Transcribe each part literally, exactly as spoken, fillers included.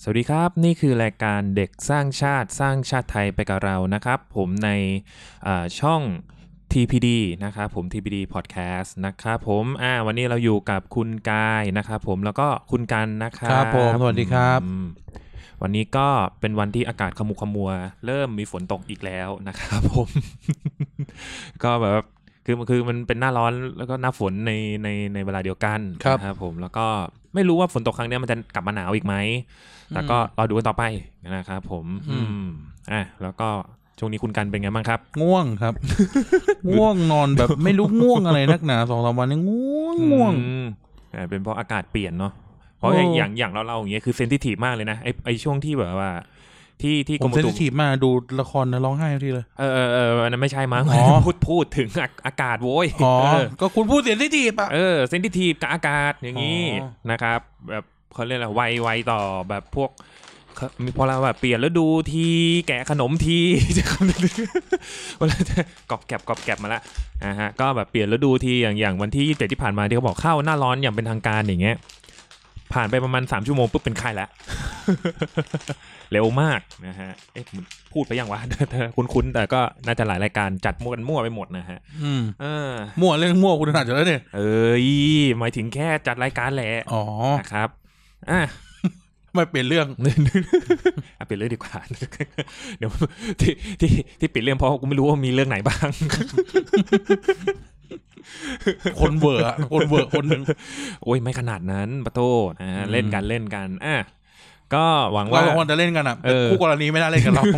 สวัสดีครับนี่คือรายการเด็กสร้างชาติสร้างชาติไทยไปกับเรานะครับผมในช่อง ที พี ดี นะครับผม ที พี ดี Podcast นะครับผมอ่าวันนี้เราอยู่กับคุณกายนะครับผมแล้วก็คุณกันนะครับครับผมสวัสดีครับวันนี้ก็เป็นวันที่อากาศขมุกขมัวเริ่มมีฝนตกอีกแล้วนะครับผม ก็แบบคือคือมันเป็นหน้าร้อนแล้วก็หน้าฝนในในในเวลาเดียวกันนะครับผมแล้วก็ไม่รู้ว่าฝนตกครั้งนี้มันจะกลับมาหนาวอีกไหมแต่ก็รอดูกันต่อไปนะครับผมอืมอ่ะแล้วก็ช่วงนี้คุณกันเป็นไงบ้างครับง่วงครับ ง่วงนอนแบบไม่รู้ง่วงอะไรนักหนาสองสามวันนี้ง่วงง่วงอ่าเป็นเพราะอากาศเปลี่ยนเนาะเพราะอย่างอย่างเราเราอย่างเงี้ยคือเซนซิทีฟมากเลยนะไอไอช่วงที่แบบว่าที่ที่ผมเซนซิทีฟมากดูละครนะร้องไห้ทุกทีเลยเออเออเอออันนั้นไม่ใช่มั้งพูดพูดถึงอากาศโว้ยอ๋อก็คุณพูดเซนซิทีฟอ่ะเออเซนซิทีฟกับอากาศอย่างงี้นะครับแบบเขาเรียกอะไรไวไวต่อแบบพวกมีพอเราแบบเปลี่ยนฤดูทีแกะขนมทีเวลาจะกอบแกบกอบแกบมาละนะฮะก็แบบเปลี่ยนฤดูทีอย่างอย่างวันที่ยี่สิบเจ็ดที่ผ่านมาที่เขาบอกเข้าหน้าร้อนอย่างเป็นทางการอย่างเงี้ยผ่านไปประมาณสามชั่วโมงปุ๊บเป็นไข้แล้วเร็วมากนะฮะเอ๊ะพูดไปยังวะคุ้นๆแต่ก็น่าจะหลายรายการจัดมั่วกันมั่วไปหมดนะฮะอืมเออมั่วเรื่องมั่วคุณถนัดอยู่แล้วเนี่ยเอ้ยหมายถึงแค่จัดรายการแหละอ๋อนะครับอ่ะไม่เปลี่ยนเรื่องเปลี่ยนเรื่องดีกว่าเดี๋ยวที่ที่ที่เปลี่ยนเรื่องเพราะกูไม่รู้ว่ามีเรื่องไหนบ้างคนเวอร์คนเวอร์คนนึงโอ้ยไม่ขนาดนั้นปะโต้นะเล่นกันเล่นกันอ่ะก็หวังว่าเราควรจะเล่นกันอ่ะคู่กรณีไม่น่าเล่นกันเรา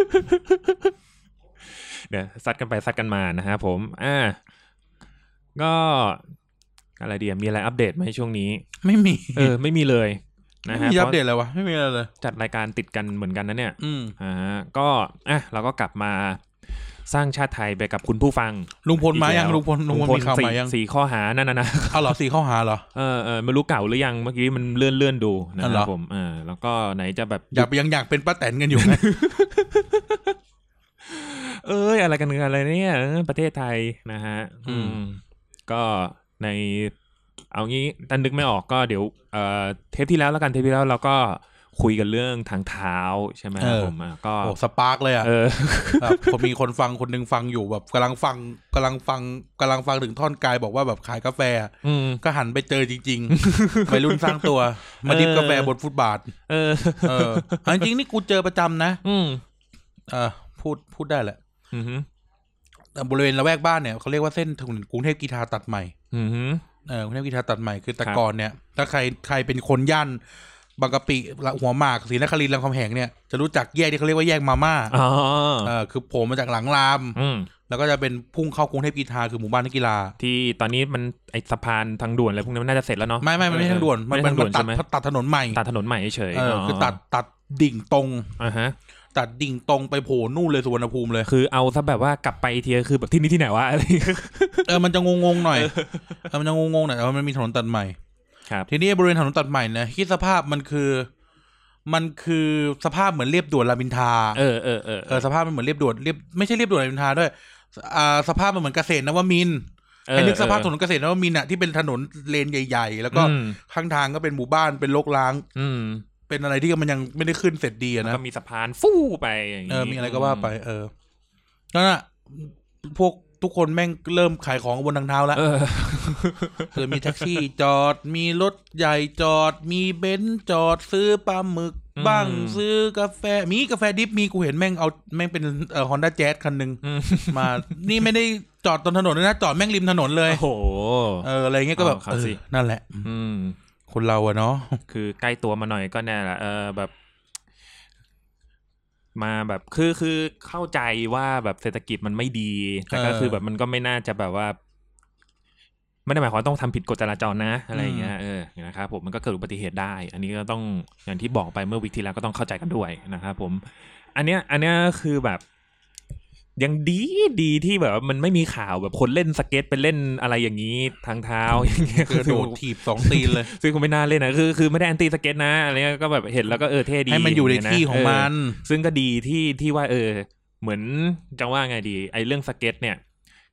เดี๋ยวซัดกันไปซัดกันมานะฮะผมอ่ะก็อะไรดีมีอะไรอัปเดตไหมช่วงนี้ไม่มีเออไม่มีเลยนะฮะมีอัปเดตอะไรวะไม่มีอะไรเลยจัดรายการติดกันเหมือนกันนะเนี่ยอืมอ่าก็อ่ะเราก็กลับมาสร้างชาติไทยไปกับคุณผู้ฟังลุงพลมายังลุงพลลุงพลมีข่าวมายังสี่ข้อหานั่นนะนะเอาเหรอสี่ข้อหาเหรอเออเออไม่รู้เก่าหรือยังเมื่อกี้มันเลื่อนเลื่อนดูนะครับผมอ่าแล้วก็ไหนจะแบบอยากยังอยากเป็นป้าแตนกันอยู่ไงเอ้ยอะไรกันอะไรเนี่ยประเทศไทยนะฮะอืมก็ในเอางี้ตันนึกไม่ออกก็เดี๋ยวเอ่อเทปที่แล้วแล้วกันเทปที่แล้วเราก็คุยกันเรื่องทางเท้าใช่ไหมครับผมก็โอ้สปาร์กเลยอ่ะผมมีคนฟังคนนึงฟังอยู่แบบกำลังฟังกำลังฟังกำลังฟังถึงท่อนกายบอกว่าแบบขายกาแฟก็หันไปเจอจริงๆวัยรุ่นสร้างตัวมาดิบกาแฟบนฟุตบาทเออเออจริงๆนี่กูเจอประจำนะอืมเออพูดพูดได้แหละบริเวณละแวกบ้านเนี่ยเขาเรียกว่าเส้นกรุงเทพกีฬาตัดใหม่เออกรุงเทพกีฬาตัดใหม่คือแต่ก่อนเนี่ยถ้าใครใครเป็นคนย่านบางกะปิหัวหมากศรีนครินทร์รามคำแหงเนี่ยจะรู้จักแยกที่เขาเรียกว่าแยกมาม่าอ๋อเออคือผมมาจากหลังรามแล้วก็จะเป็นพุ่งเข้ากรุงเทพกีฬาคือหมู่บ้านนักกีฬาที่ตอนนี้มันไอสะพานทางด่วนอะไรพวกนี้มันน่าจะเสร็จแล้วเนาะไม่ไม่ไม่ทางด่วนมันมันตัดตัดถนนใหม่ตัดถนนใหม่เฉยเออคือตัดตัดดิ่งตรงอ่าฮะตัดดิ่งตรงไปโผล่นู่นเลยสุวรรณภูมิเลยคือเอาซะแบบว่ากลับไปทีคือแบบที่นี่ที่ไหนวะอะไรเออมันจะงงๆหน่อยเออมันจะงงๆหน่อยแต่ว่ามันมีถนนตัดใหม่ทีนี้บริเวณถนนตัดใหม่เนี่ยคิดสภาพมันคือมันคือสภาพเหมือนเรียบด่วนรามอินทราเออเออเออเออสภาพมันเหมือนเรียบด่วนเรียบไม่ใช่เรียบด่วนรามอินทราด้วยอ่าสภาพมันเหมือนเกษตรนวมินทร์ให้นึกสภาพถนนเกษตรนวมินทร์อ่ะที่เป็นถนนเลนใหญ่ๆแล้วก็ข้างทางก็เป็นหมู่บ้านเป็นรกร้างเป็นอะไรที่มันยังไม่ได้ขึ้นเสร็จดีนะก็มีสะพานฟู่ไปอย่างนี้เออมีอะไรก็ว่าไปเออนั่นน่ะพวกทุกคนแม่งเริ่มขายของบนทางเท้าแล้วเออมีแท็กซี่จอดมีรถใหญ่จอดมีเบนซ์จอดซื้อปลาหมึกบ้างซื้อกาแฟมีกาแฟดิบมีกูเห็นแม่งเอาแม่งเป็นเอ่อ Honda Jazz คันนึงมานี่ไม่ได้จอดตรงถนนเลยนะจอดแม่งริมถนนเลยโอ้โหเอออะไรเงี้ยก็แบบเออนั่นแหละอืมคนเราอะเนาะคือใกล้ตัวมาหน่อยก็แน่แหละเออแบบมาแบบคือคือเข้าใจว่าแบบเศรษฐกิจมันไม่ดีแต่ก็คือแบบมันก็ไม่น่าจะแบบว่าไม่ได้หมายความต้องทำผิดกฎจราจรนะอะไรอย่างเงี้ยเออนะครับผมมันก็เกิดอุบัติเหตุได้อันนี้ก็ต้องอย่างที่บอกไปเมื่อวิกที่แล้วก็ต้องเข้าใจกันด้วยนะครับผมอันเนี้ยอันเนี้ยคือแบบยังดีดีที่แบบมันไม่มีข่าวแบบคนเล่นสเก็ตไปเล่นอะไรอย่างนี้ทางเท้าอย่างเงี้ยคือโดดถีบสองตีนเลยซึ่งก็ไม่น่าเล่นนะคือคือไม่ได้แอนตี้สเก็ตนะอะไรเงี้ยก็แบบเห็นแล้วก็เออเท่ดีให้มันอยู่ในที่ของมันซึ่งก็ดีที่ที่ว่าเออเหมือนจะว่าไงดีไอ้เรื่องสเก็ตเนี่ย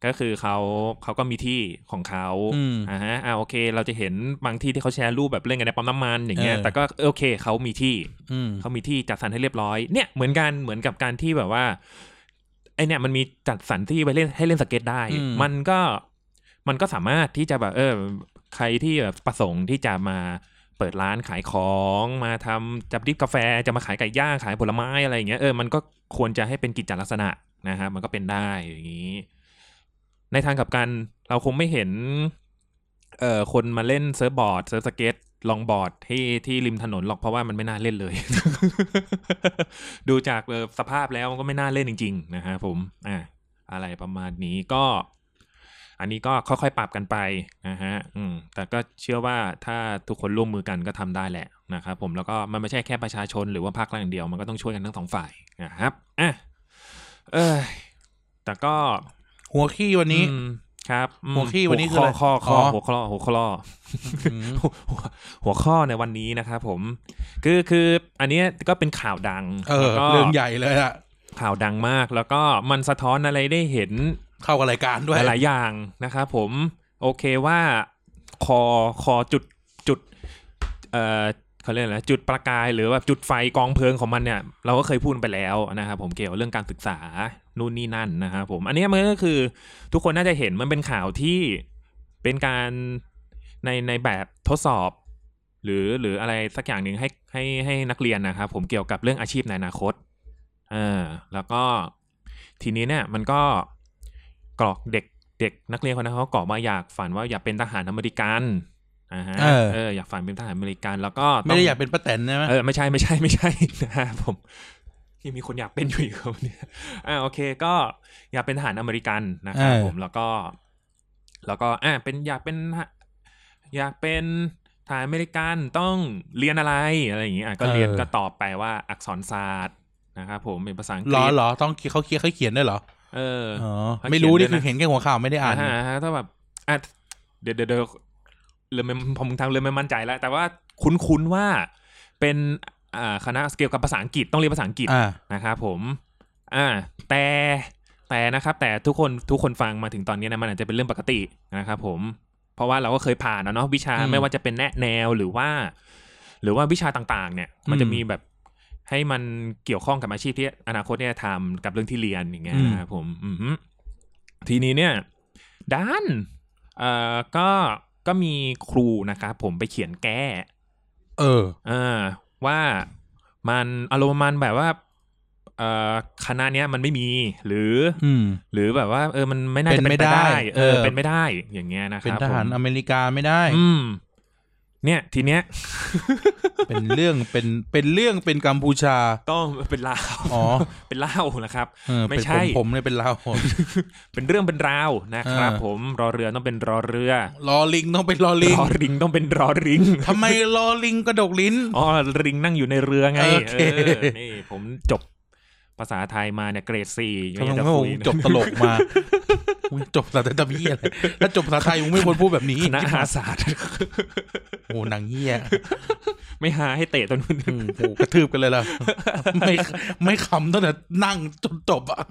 ก็คือเขาเขาก็มีที่ของเขาอ่าฮะอ่าโอเคเราจะเห็นบางที่ที่เขาแชร์รูปแบบเล่นกันในปั๊มน้ำมันอย่างเงี้ยแต่ก็โอเคเขามีที่เขามีที่จัดสรรให้เรียบร้อยเนี่ยเหมือนกันเหมือนกับการที่แบบว่าไอเนี่ยมันมีจัดสรรที่ไปเล่นให้เล่นสเก็ตได้มันก็มันก็สามารถที่จะแบบเออใครที่แบบประสงค์ที่จะมาเปิดร้านขายของมาทำจับดิบกาแฟจะมาขายไก่ย่างขายผลไม้อะไรอย่างเงี้ยเออมันก็ควรจะให้เป็นกิจจลักษณะนะครับมันก็เป็นได้อย่างนี้ในทางกลับกันเราคงไม่เห็นเอ่อคนมาเล่นเซิร์ฟบอร์ดเซิร์ฟสเก็ตลองบอร์ดที่ที่ริมถนนหรอกเพราะว่ามันไม่น่าเล่นเลย ดูจากสภาพแล้วมันก็ไม่น่าเล่นจริงๆนะฮะผมอ่ะอะไรประมาณนี้ก็อันนี้ก็ค่อยๆปรับกันไปนะฮะอืมแต่ก็เชื่อว่าถ้าทุกคนร่วมมือกันก็ทำได้แหละนะครับผมแล้วก็มันไม่ใช่แค่ประชาชนหรือว่าภาครัฐอย่างเดียวมันก็ต้องช่วยกันทั้งสองฝ่ายนะครับอ่ะเออแต่ก็หัวขี้วันนี้ครับหัวขี้วันนี้คืออะไรข้อข้อหัวข้อหัวข้อหัวข้อในวันนี้นะครับผมคือคืออันนี้ก็เป็นข่าวดังเออเรื่องใหญ่เลยอะข่าวดังมากแล้วก็มันสะท้อนอะไรได้เห็นเข้ากับรายการด้วยหลายอย่างนะครับผมโอเคว่าคอคอจุดจุดเอ่อเขาเรียกอะไรจุดประกายหรือว่าจุดไฟกองเพลิงของมันเนี่ยเราก็เคยพูดไปแล้วนะครับผมเกี่ยวกับเรื่องการศึกษานู่นนี่นั่นนะครับผมอันนี้มันก็คือทุกคนน่าจะเห็นมันเป็นข่าวที่เป็นการในในแบบทดสอบหรือหรืออะไรสักอย่างหนึ่งให้ให้ให้นักเรียนนะครับผมเกี่ยวกับเรื่องอาชีพในอนาคตเออแล้วก็ทีนี้เนี่ยมันก็กรอกเด็กเด็กนักเรียนคนนั้นเขากรอกมาอยากฝันว่าอยากเป็นทหารอเมริกันอ่าฮะเออเอออยากฝันเป็นทหารอเมริกันแล้วก็ไม่ได้อยากเป็นป้าแตนใช่ไหมเออไม่ใช่ไม่ใช่ไม่ใช่นะผมยังมีคนอยากเป็นอยู่อีกคนเนี่ยอ่าโอเคก็อยากเป็นทหารอเมริกันนะครับผมแล้วก็แล้วก็อ่าเป็นอยากเป็นอยากเป็นทหารอเมริกันต้องเรียนอะไรอะไรอย่างเงี้ยก็เรียนก็ตอบไปว่าอักษรศาสตร์นะครับผมเป็นภาษาอังกฤษหรอหรอต้องเขาเขียนเขาเขียนได้เหรอเอออ๋อไม่รู้นี่คือเห็นแค่หัวข่าวไม่ได้อ่านฮะถ้าแบบอ่ะเดี๋ยวเดี๋ยวเริ่มผมทำเริ่มไม่มั่นใจแล้วแต่ว่าคุ้นๆว่าเป็นอ่าคณะเกี่ยวกับภาษาอังกฤษต้องเรียนภาษาอังกฤษนะครับผมอ่าแต่แต่นะครับแต่ทุกคนทุกคนฟังมาถึงตอนนี้นะมันอาจจะเป็นเรื่องปกตินะครับผมเพราะว่าเราก็เคยผ่านนะเนาะวิชาไม่ว่าจะเป็นแนะแนวหรือว่าหรือว่าวิชาต่างๆเนี่ยมันจะมีแบบให้มันเกี่ยวข้องกับอาชีพที่อนาคตเนี่ยทำกับเรื่องที่เรียนอย่างเงี้ยนะครับผมทีนี้เนี่ยด้านเอ่อก็ก็มีครูนะครับผมไปเขียนแก้เอออ่าว่ามันอารมณ์มันแบบว่าเอ่อคณะเนี้ยมันไม่มีหรือหรือแบบว่าเออมันไม่น่าจะเป็นไปได้เออเป็นไม่ได้อย่างเงี้ยนะครับเป็นทหารอเมริกาไม่ได้อืมเนี่ยทีเนี้ยเป็นเรื่องเป็นเป็นเรื่องเป็นกัมพูชาต้องเป็นลาวอ๋อเป็นลาวนะครับไม่ใช่ผมเนี่ยเป็นลาวเป็นเรื่องเป็นราวนะครับผมรอเรือต้องเป็นรอเรือรอลิงต้องเป็นรอลิงรอริงต้องเป็นรอริงทำไมรอลิงกระดกลิ้นอ๋อริงนั่งอยู่ในเรือไงเออนี่ผมจบภาษาไทยมาเนี่ยเกรดสี่ยังจะคุยจบตลกมาจบภาษาไทยตะบี้อะไรแล้วจบภาษาไทยมึงไม่ควรพูดแบบนี้คณะหาศาสตร์โอ้นางเหี้ยไม่หาให้เตะตอนนู้นโอ้กระทืบกันเลยล่ะไม่ไม่ขำตั้งแต่นั่งจนจบอ่ะ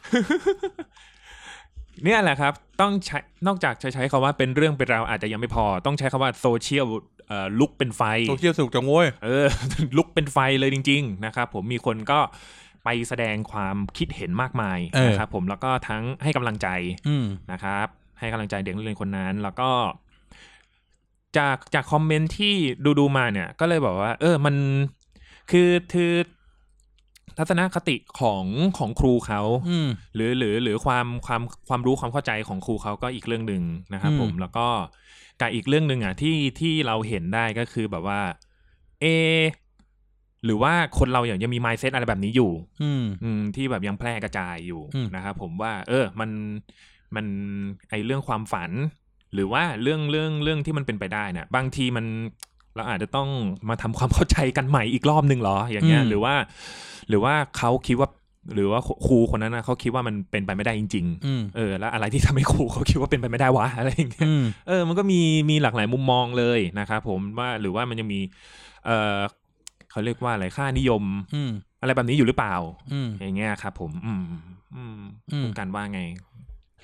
เนี่ยแหละครับต้องใช้นอกจากจะใช้คำว่าเป็นเรื่องเป็นราวอาจจะยังไม่พอต้องใช้คำว่าโซเชียลเอ่อลุกเป็นไฟโซเชียลสุกจังโว้ยเออลุกเป็นไฟเลยจริงๆนะครับผมมีคนก็ไปแสดงความคิดเห็นมากมายนะครับผมแล้วก็ทั้งให้กำลังใจนะครับให้กำลังใจเด็กนักเรียนคนนั้นแล้วก็จากจากคอมเมนต์ที่ดูดูมาเนี่ยก็เลยบอกว่าเออมันคือคือทัศนคติของของครูเขาหรือหรือหรือความความความรู้ความเข้าใจของครูเขาก็อีกเรื่องนึงนะครับผมแล้วก็กับอีกเรื่องนึงอ่ะที่ที่เราเห็นได้ก็คือแบบว่าเอหรือว่าคนเราอย่างยังมี mindset อะไรแบบนี้อยู่อืมที่แบบยังแพร่กระจายอยู่นะครับผมว่าเออมันมันไอเรื่องความฝันหรือว่าเรื่องเรื่องเรื่องที่มันเป็นไปได้เนี่ยบางทีมันเราอาจจะต้องมาทำความเข้าใจกันใหม่อีกรอบนึงเหรออย่างเงี้ยหรือว่าหรือว่าเขาคิดว่าหรือว่าครูคนนั้นนะเขาคิดว่ามันเป็นไปไม่ได้จริงๆเออแล้วอะไรที่ทำให้ครูเขาคิดว่าเป็นไปไม่ได้วะอะไรอย่างเงี้ยเออมันก็มีมีหลากหลายมุมมองเลยนะครับผมว่าหรือว่ามันยังมีเออเขาเรียกว่าอะไรค่านิยมอะไรแบบนี้อยู่หรือเปล่าอย่างเงี้ยครับผมอืมอืมกันว่าไง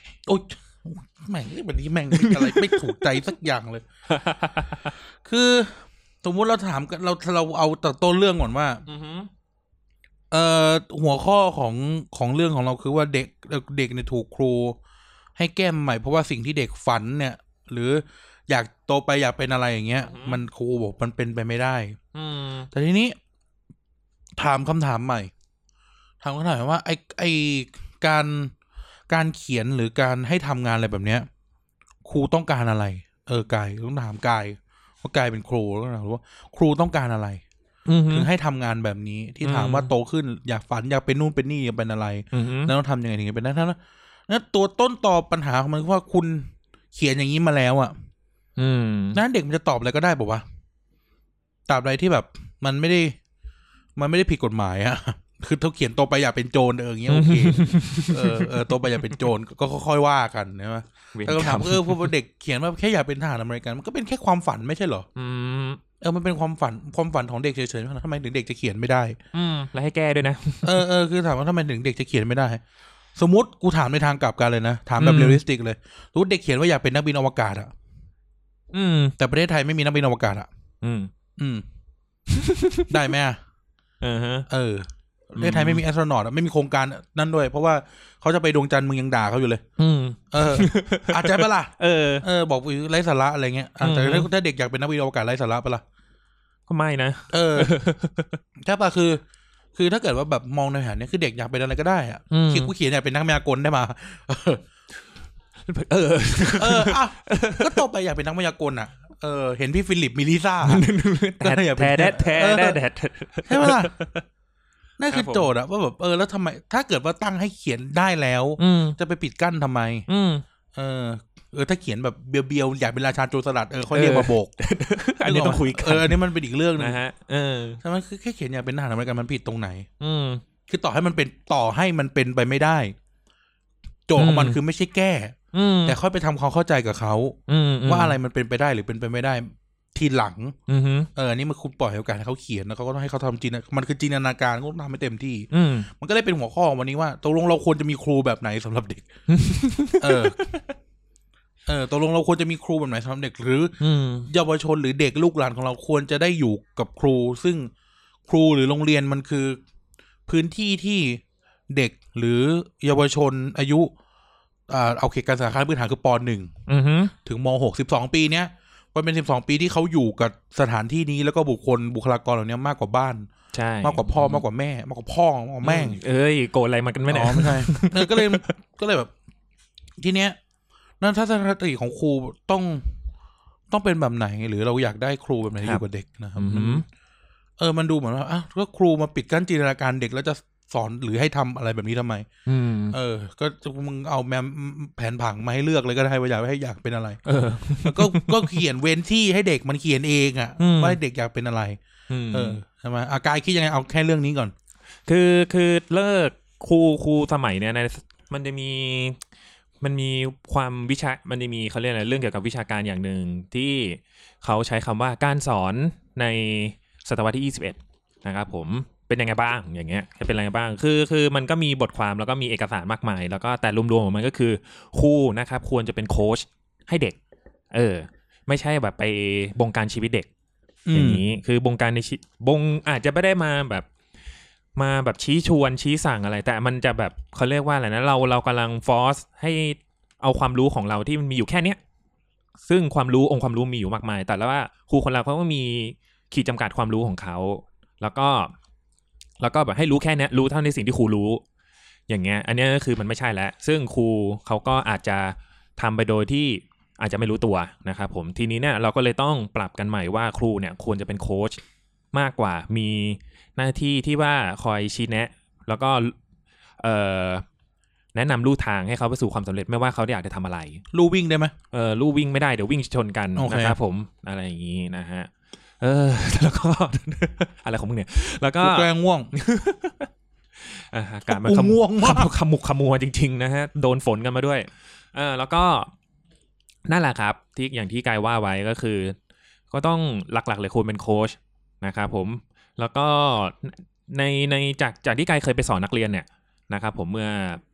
โอ๊ยแม่งวันนี้แม่งอะไรไม่ถูกใจสักอย่างเลย คือสมมุติเราถามกันเราเราเอาแต่ต้นเรื่องก่อนว่าเอ่อหัวข้อของของเรื่องของเราคือว่าเด็กเด็กเนี่ยถูกครูให้แก้มใหม่เพราะว่าสิ่งที่เด็กฝันเนี่ยหรืออยากโตไปอยากเป็นอะไรอย่างเงี้ยมันครูบอกมันเป็นไปไม่ได้แต่ทีนี้ถามคำถามใหม่ถามคำถามว่าไอไอการการเขียนหรือการให้ทำงานอะไรแบบเนี้ยครูต้องการอะไรเออกายต้องถามกายว่ากายเป็นครูแล้วถามว่าครูต้องการอะไรถึงให้ทำงานแบบนี้ที่ถามว่าโตขึ้นอยากฝันอยากเป็นนู่นเป็นนี่อยากเป็นอะไรแล้วต้องทำยังไงถึงจะเป็นได้ทั้งนั้นนั้นตัวต้นตอปัญหาของมันคือว่าคุณเขียนอย่างนี้มาแล้วอ่ะนั้นเด็กมันจะตอบอะไรก็ได้บอกว่าตราบใดที่แบบมันไม่ได้มันไม่ได้ผิดกฎหมายอะคือเขาเขียนโตไปอยากเป็นโจรเอออย่างเงี้ยโอเคเออเออโตไปอยากเป็นโจรก็ค่อยๆว่ากันใช่ไหมแต่คำถามเออพวกเด็กเขียนว่าแค่อยากเป็นทหารอเมริกันมันก็เป็นแค่ความฝันไม่ใช่เหรอเออมันเป็นความฝันความฝันของเด็กเฉยๆทำไมถึงเด็กจะเขียนไม่ได้อืมแล้วให้แก้ด้วยนะเออเออคือถามว่าทำไมถึงเด็กจะเขียนไม่ได้สมมติกูถามในทางกลับกันเลยนะถามแบบเรียลลิสติกเลยสมมติเด็กเขียนว่าอยากเป็นนักบินอวกาศอ่ะอืมแต่ประเทศไทยไม่มีนักบินอวกาศอ่ะอืมอืมได้ไหมอ่ะเออเออประเทศไทยไม่มีแอสโทรนอตไม่มีโครงการนั่นด้วยเพราะว่าเขาจะไปดวงจันทร์มึงยังด่าเขาอยู่เลยอืมเอออาจจะปะล่ะเออเออบอกไร้สาระอะไรเงี้ยแต่ถ้าเด็กอยากเป็นนักบินอวกาศไร้สาระปะล่ะก็ไม่นะเออใช่ปะคือคือถ้าเกิดว่าแบบมองในแผนนี้คือเด็กอยากเป็นอะไรก็ได้อ่ะคิดกูเขียนอยากเป็นนักมายากลได้มาเออเอออ่ะก็โตไปอยากเป็นนักมายากลอ่ะเออเห็นพี่ฟิลิปมิลิซ่าก็อยากเป็นแท้แท้แท้แท้ใช่ปะล่ะนั่นคือโจทย์อะว่าแบบเออแล้วทำไมถ้าเกิดว่าตั้งให้เขียนได้แล้วจะไปปิดกั้นทำไมเออเออถ้าเขียนแบบเบียวๆอยากเป็นราชาโจรสลัดเออเขาเรียกมาโบกอันนี้ต้องคุยกันเอออันนี้มันเป็นอีกเรื่องนึงนะฮะเออใช่ไหมคือแค่เขียนอยากเป็นทหารอเมริกันมันผิดตรงไหนอืมคือต่อให้มันเป็นต่อให้มันเป็นไปไม่ได้โจทย์ของมันคือไม่ใช่แก้แต่ค่อยไปทำความเข้าใจกับเขาว่าอะไรมันเป็นไปได้หรือเป็นไปไม่ได้ทีหลังเออนี่มันคุณปล่อยโอกาสให้เขาเขียนแล้วเขาก็ต้องให้เขาทำจินมันคือจินตนาการก็ต้องทำให้เต็มที่มันก็เลยเป็นหัวข้อวันนี้ว่าตกลงเราควรจะมีครูแบบไหนสำหรับเด็กเออเออตกลงเราควรจะมีครูแบบไหนสำหรับเด็กหรือเยาวชนหรือเด็กลูกหลานของเราควรจะได้อยู่กับครูซึ่งครูหรือโรงเรียนมันคือพื้นที่ที่เด็กหรือเยาวชนอายุอ่าเอาเขตการศึกษาขั้นพื้นฐานคือป.หนึ่ง ถึงม.หก สิบสองปีเนี้ยมันเป็นสิบสองปีที่เขาอยู่กับสถานที่นี้แล้วก็บุคคลบุคลากรเหล่านี้มากกว่าบ้านใช่มากกว่าพ่อมากกว่าแม่มากกว่าพ่อมากกว่าแม่เอ้ยโกรธอะไรมากันไม่ได้อ๋อไม่ใช่เออก็เลยก็เลยแบบทีเนี้ยนั่นทัศนคติของครูต้องต้องเป็นแบบไหนหรือเราอยากได้ครูแบบไหนอยู่กับเด็กนะครับเออมันดูเหมือนว่าอ้าวก็ครูมาปิดกั้นจินตนาการเด็กแล้วจะสอนหรือให้ทำอะไรแบบนี้ทำไมเออก็มึงเอาแมมแผนผังมาให้เลือกเลยก็ได้ว่าอยากให้อยากเป็นอะไรเออก็ก็เขียนเว้นที่ให้เด็กมันเขียนเองอ่ะว่าเด็กอยากเป็นอะไรเออใช่ไหมอากายคิดยังไงเอาแค่เรื่องนี้ก่อนคือคือเลิกครูครูสมัยเนี้ยในมันจะมีมันมีความวิชามันจะมีเขาเรียกอะไรเรื่องเกี่ยวกับวิชาการอย่างหนึ่งที่เขาใช้คำว่าการสอนในศตวรรษที่ยี่สิบเอ็ดนะครับผมเป็นยังไงบ้างอย่างเงี้ยเป็นยังไงบ้างคือคือมันก็มีบทความแล้วก็มีเอกสารมากมายแล้วก็แต่รวมๆของมันก็คือครูนะครับควรจะเป็นโค้ชให้เด็กเออไม่ใช่แบบไปบงการชีวิตเด็กอย่างนี้คือบงการในบงอาจจะไม่ได้มาแบบมาแบบชี้ชวนชี้สั่งอะไรแต่มันจะแบบเขาเรียกว่าอะไรนะเราเรากำลังฟอร์สให้เอาความรู้ของเราที่มันมีอยู่แค่เนี้ยซึ่งความรู้องค์ความรู้มีอยู่มากมายแต่แล้วว่าครูคนเราเขาก็มีขีดจำกัดความรู้ของเขาแล้วก็แล้วก็แบบให้รู้แค่นี้รู้เท่าในสิ่งที่ครูรู้อย่างเงี้ยอันนี้ก็คือมันไม่ใช่แล้วซึ่งครูเขาก็อาจจะทำไปโดยที่อาจจะไม่รู้ตัวนะครับผมทีนี้เนี่ยเราก็เลยต้องปรับกันใหม่ว่าครูเนี่ยควรจะเป็นโค้ชมากกว่ามีหน้าที่ที่ว่าคอยชี้แนะแล้วก็เอ่อแนะนำลู่ทางให้เขาไปสู่ความสำเร็จไม่ว่าเขาอยากจะทำอะไรลู่วิ่งได้ไหมเออลู่วิ่งไม่ได้เดี๋ยววิ่งชนกัน okay. นะครับผมอะไรอย่างนี้นะฮะเออแล้วก็อะไรของมึงเนี่ยแล้วก็แกล้งง่วงอาการมันขมุกขมุกขมัวจริงๆนะฮะโดนฝนกันมาด้วยเออแล้วก็นั่นแหละครับที่อย่างที่กายว่าไว้ก็คือก็ต้องหลักๆเลยควรเป็นโค้ชนะครับผมแล้วก็ในในจากจากที่กายเคยไปสอนนักเรียนเนี่ยนะครับผมเมื่อ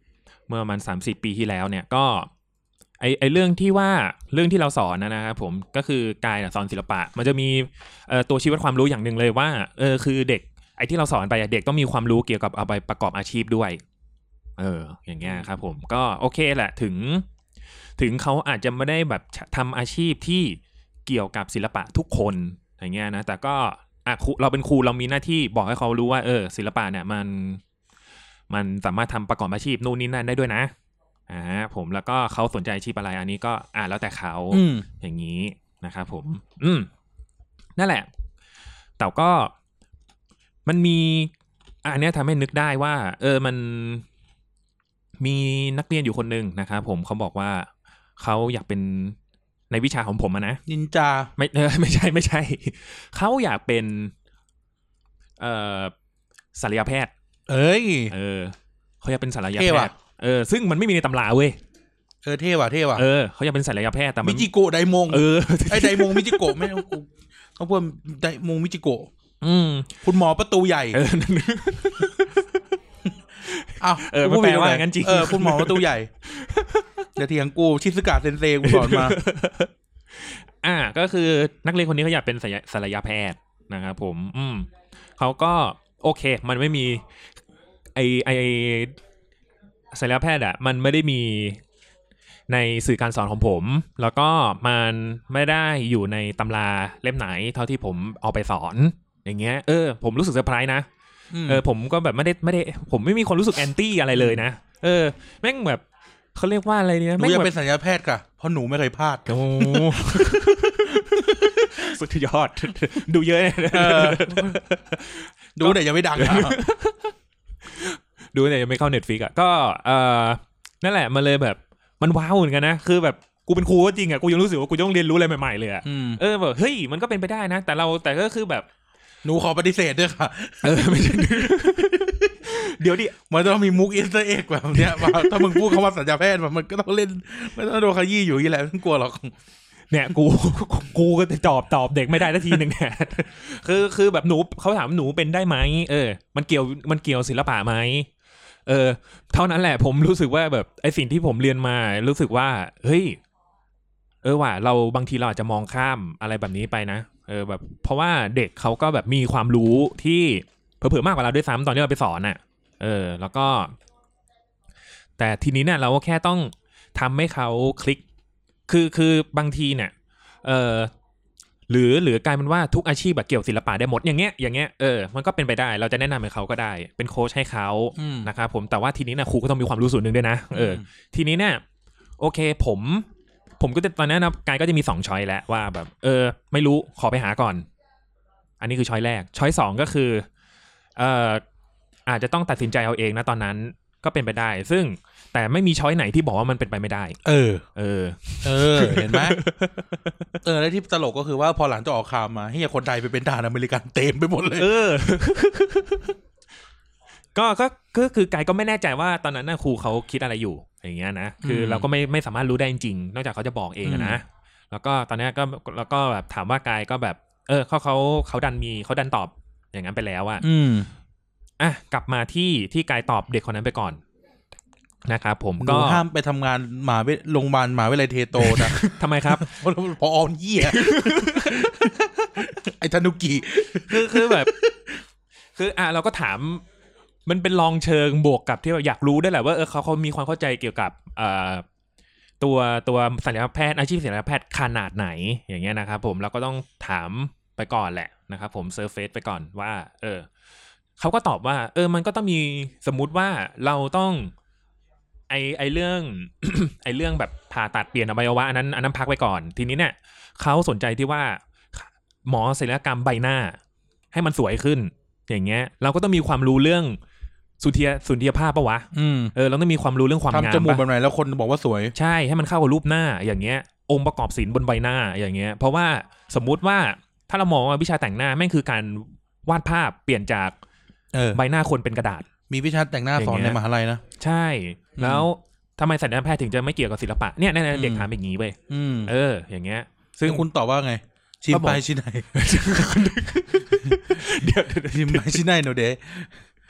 เมื่อประมาณ สามสิบ ปีที่แล้วเนี่ยก็ไอไอเรื่องที่ว่าเรื่องที่เราสอนนะครับผมก็คือกายสอนศิลปะมันจะมีเอ่อตัวชี้วัดความรู้อย่างหนึ่งเลยว่าเออคือเด็กไอที่เราสอนไปเด็กต้องมีความรู้เกี่ยวกับเอาไปประกอบอาชีพด้วยเอออย่างเงี้ยครับผมก็โอเคแหละถึงถึงเขาอาจจะไม่ได้แบบทำอาชีพที่เกี่ยวกับศิลปะทุกคนอย่างเงี้ยนะแต่ก็อ่ะเราเป็นครูเรามีหน้าที่บอกให้เขารู้ว่าเออศิลปะเนี่ยมันมันสามารถทำประกอบอาชีพนู่นนี่นั่นได้ด้วยนะอ่าผมแล้วก็เขาสนใจอาชีพอะไรอันนี้ก็อ่าแล้วแต่เขาอย่างนี้นะครับผมอืมนั่นแหละแต่ก็มันมีอันนี้ทำให้นึกได้ว่าเออมันมีนักเรียนอยู่คนหนึ่งนะครับผมเขาบอกว่าเขาอยากเป็นในวิชาของผมนะนินจาไม่เออไม่ใช่ไม่ใช่เขาอยากเป็นเอ่อศัลยแพทย์เอ้ยเออเขาอยากเป็นศัลยแพทย์เออซึ่งมันไม่มีในตำราเว้ยเออเท่ว่ะเท่ว่ะเออเขาอยากเป็นศัลยแพทย์แต่มิจิโกะไดมงเออไอ้ไดมงมิจิโกะไม่ต้องกูต้องพูดไดมงมิจิโกะอืมคุณหมอประตูใหญ่เอออ้าวเออไม่แปลว่างั้นจริงเออคุณหมอประตูใหญ่เดี๋ยวเถียงกูชิซึกะเซนเซกูสอนมาอ่าก็คือนักเรียนคนนี้เขาอยากเป็นศัลยแพทย์นะครับผมอืมเขาก็โอเคมันไม่มีไอไอศัลยแพทย์อ่ะมันไม่ได้มีในสื่อการสอนของผมแล้วก็มันไม่ได้อยู่ในตำราเล่มไหนเท่าที่ผมเอาไปสอนอย่างเงี้ยเออผมรู้สึกเซอร์ไพรส์นะเออผมก็แบบไม่ได้ไม่ได้ผมไม่มีคนรู้สึกแอนตี้อะไรเลยนะเออแม่งแบบเขาเรียกว่าอะไรเนี่ยหนูอยากเป็นศัลยแพทย์ค่ะเพราะหนูไม่เคยพลาดโอ้สุดยอดดูเยอะดูแต่ยังไม่ดังดูแต่ยังไม่เข้า Netflix อ่ะก็เออนั่นแหละมันเลยแบบมันว้าวเหมือนกันนะคือแบบกูเป็นครูก็จริงอ่ะกูยังรู้สึกว่ากูต้องเรียนรู้อะไรใหม่ๆเลยอ่ะเออแบบเฮ้ยมันก็เป็นไปได้นะแต่เราแต่ก็คือแบบหนูขอปฏิเสธด้วยค่ะเออไม่ใช่เดี๋ยวดิมันต้องมีมุกอินเตอร์เอ็กแบบเนี้ยถ้ามึงพูดคำว่าศัลยแพทย์มันก็ต้องเล่นไม่ต้องโดนขยี้อยู่นี่แหละไม่ต้องกลัวหรอกเนี่ยกูกูก็จะตอบตอบเด็กไม่ได้ทันทีนึงเนี่ยคือคือแบบหนูเขาถามหนูเป็นได้ไหมเออมันเกี่ยวมันเกี่ยวศิลปะไหมเออเท่านั้นแหละผมรู้สึกว่าแบบไอสิ่งที่ผมเรียนมารู้สึกว่าเฮ้ยเออว่ะเราบางทีเราอาจจะมองข้ามอะไรแบบนี้ไปนะเออแบบเพราะว่าเด็กเขาก็แบบมีความรู้ที่เผลอๆมากกว่าเราด้วยซ้ำตอนที่เราไปสอนน่ะเออแล้วก็แต่ทีนี้เนี่ยเราก็แค่ต้องทำให้เขาคลิกคือคือบางทีเนี่ยเออหรือหรือกลายเป็นว่าทุกอาชีพแบบเกี่ยวศิลปะได้หมดอย่างเงี้ยอย่างเงี้ยเออมันก็เป็นไปได้เราจะแนะนำให้เขาก็ได้เป็นโค้ชให้เขานะครับผมแต่ว่าทีนี้นะครูก็ต้องมีความรู้ส่วนหนึ่งด้วยนะเออทีนี้เนี่ยโอเคผมผมก็จะตอนนั้นนะกายก็จะมีสองช้อยแล้วว่าแบบเออไม่รู้ขอไปหาก่อนอันนี้คือช้อยแรกช้อยสองก็คือเอ่ออาจจะต้องตัดสินใจเอาเองนะตอนนั้นก็เป็นไปได้ซึ่งแต่ไม่มีช้อยไหนที่บอกว่ามันเป็นไปไม่ได้เออเออเออเห็นไหมเออแล้วที่ตลกก็คือว่าพอหลังจากออกข่าวมาเฮียคนไทยไปเป็นทหารอเมริกันเต็มไปหมดเลยเออก็ก็ก็คือกายก็ไม่แน่ใจว่าตอนนั้นน่ะครูเขาคิดอะไรอยู่อย่างเงี้ยนะคือเราก็ไม่ไม่สามารถรู้ได้จริงนอกจากเขาจะบอกเองนะแล้วก็ตอนนี้ก็แล้วก็แบบถามว่ากายก็แบบเออเขาเขาเขาดันมีเขาดันตอบอย่างนั้นไปแล้วอ่ะอืมอ่ะกลับมาที่ที่กายตอบเด็กคนนั้นไปก่อนนะครับผมก็ห้ามไปทำงานหมาโรงพยาบาลหมาวิทยาลัยเทโตนะทำไมครับพอออนเยี่ยไอ้ธนุกิคือคือแบบคืออ่ะเราก็ถามมันเป็นลองเชิงบวกกับที่อยากรู้ได้แหละว่าเออเขาเขามีความเข้าใจเกี่ยวกับอ่าตัวตัวศัลยแพทย์อาชีพศัลยแพทย์ขนาดไหนอย่างเงี้ยนะครับผมเราก็ต้องถามไปก่อนแหละนะครับผมเซิร์ฟเฟซไปก่อนว่าเออเขาก็ตอบว่าเออมันก็ต้องมีสมมุติว่าเราต้องไอไอเรื่อง ไอเรื่องแบบผ่าตัดเปลี่ยนอวัยวะอันนั้นอันนั้นพักไว้ก่อนทีนี้เนี่ยเขาสนใจที่ว่าหมอศัลยกรรมใบหน้าให้มันสวยขึ้นอย่างเงี้ยเราก็ต้องมีความรู้เรื่องสุนทรียสุนทรียภาพปะวะเออเราต้องมีความรู้เรื่องความงามทำจมูกแบบไหนแล้วคนบอกว่าสวยใช่ให้มันเข้ากับรูปหน้าอย่างเงี้ยองค์ประกอบศิลป์บนใบหน้าอย่างเงี้ยเพราะว่าสมมุติว่าถ้าเรามองว่าวิชาแต่งหน้าแม่งคือการวาดภาพเปลี่ยนจากใบหน้าคนเป็นกระดาษมีวิชาแต่งหน้าสอนในมหาลัยนะใช่แล้วทำไมศัลยแพทย์ถึงจะไม่เกี่ยวกับศิลปะเนี่ยเด็กถามอย่างนี้เว้ยเอออย่างเงี้ยซึ่งคุณตอบว่าไงชิมไปชิไหนเดี๋ยวชิมไปชิไหนโนเด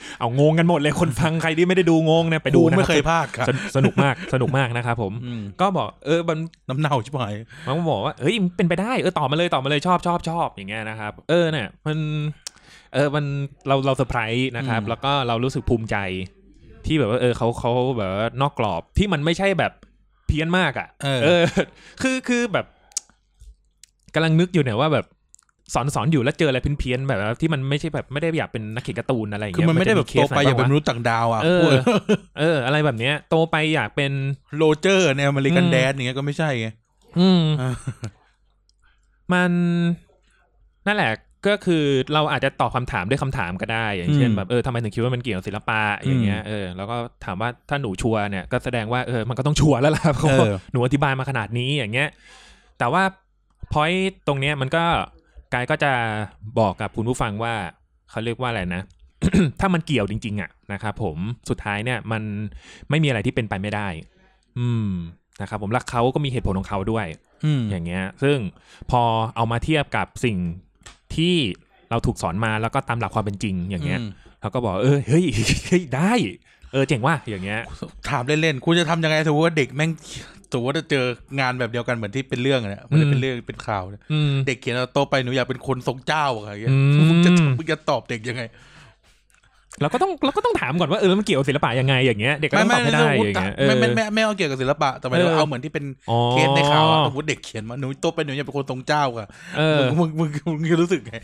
เอางงกันหมดเลยคนฟังใครที่ไม่ได้ดูงงเนี่ยไปดูนะครับไม่เคยพลาดครับสนุกมากสนุกมากนะครับผมก็บอกเออมันน้ำเน่าชิบหายมันก็บอกว่าเฮ้ยเป็นไปได้เออตอบมาเลยตอบมาเลยชอบชอบชอบอย่างเงี้ยนะครับเออเนี่ยมันเออมันเราเราเซอร์ไพรส์นะครับแล้วก็เรารู้สึกภูมิใจที่แบบว่าเออเขาเขาแบบนอกกรอบที่มันไม่ใช่แบบเพี้ยนมากอ่ะเออคือคือแบบกำลังนึกอยู่เนี่ยว่าแบบสอนสอนอยู่แล้วเจออะไรเพี้ยนๆแบบที่มันไม่ใช่แบบไม่ได้อยากเป็นนักเขียนการ์ตูนอะไรอย่างเงี้ยคือมันไม่ได้แบบโตไปอยากเป็นมนุษย์ต่างดาวอ่ะเออเอออะไรแบบเนี้ยโตไปอยากเป็นโรเจอร์ในอเมริกันแดดอย่างเงี้ยก็ไม่ใช่ไงอืมมันนั่นแหละก็คือเราอาจจะตอบคำถามด้วยคำถามก็ได้อย่างเช่นแบบเออทำไมถึงคิดว่ามันเกี่ยวกับศิลปะอย่างเงี้ยเออแล้วก็ถามว่าถ้าหนูชัวร์เนี่ยก็แสดงว่าเออมันก็ต้องชัวร์แล้วล่ะเพราะหนูอธิบายมาขนาดนี้อย่างเงี้ยแต่ว่า point ตรงเนี้ยมันก็กายก็จะบอกกับคุณผู้ฟังว่าเขาเรียกว่าอะไรนะ ถ้ามันเกี่ยวจริงๆอ่ะนะครับผมสุดท้ายเนี่ยมันไม่มีอะไรที่เป็นไปไม่ได้อืมนะครับผมรักเขาก็มีเหตุผลของเขาด้วยอย่างเงี้ยซึ่งพอเอามาเทียบกับสิ่งที่เราถูกสอนมาแล้วก็ตามหลักความเป็นจริงอย่างเงี้ยเขาก็บอกเออเฮ้ยเฮ้ยได้เออเจ๋งว่ะอย่างเงี้ยถามเล่นๆคุณจะทำยังไงสมมติว่าเด็กแม่งสมมติว่าจะเจองานแบบเดียวกันเหมือนที่เป็นเรื่องเนี่ยมันเป็นเรื่องเป็นข่าวเด็กเขียนเราโตไปหนูอยากเป็นคนทรงเจ้าอะไรอย่างเงี้ยมึงจะมึงจะตอบเด็กยังไงเราก็ต้องเราก็ต้องถามก่อนว่าเออมันเกี่ยวกับศิลปะยังไงอย่างเงี้ยเด็กก็ต้องตอบให้ได้อย่างเงี้ยไม่ไม่ไม่ไม่เอาเกี่ยวกับศิลปะแต่หมายถึงเอาเหมือนที่เป็นเคสในข่าวสมมติเด็กเขียนมาหนูโตไปหนูอยากเป็นคนทรงเจ้าอ่ะมึงมึงมึงมึงรู้สึกไง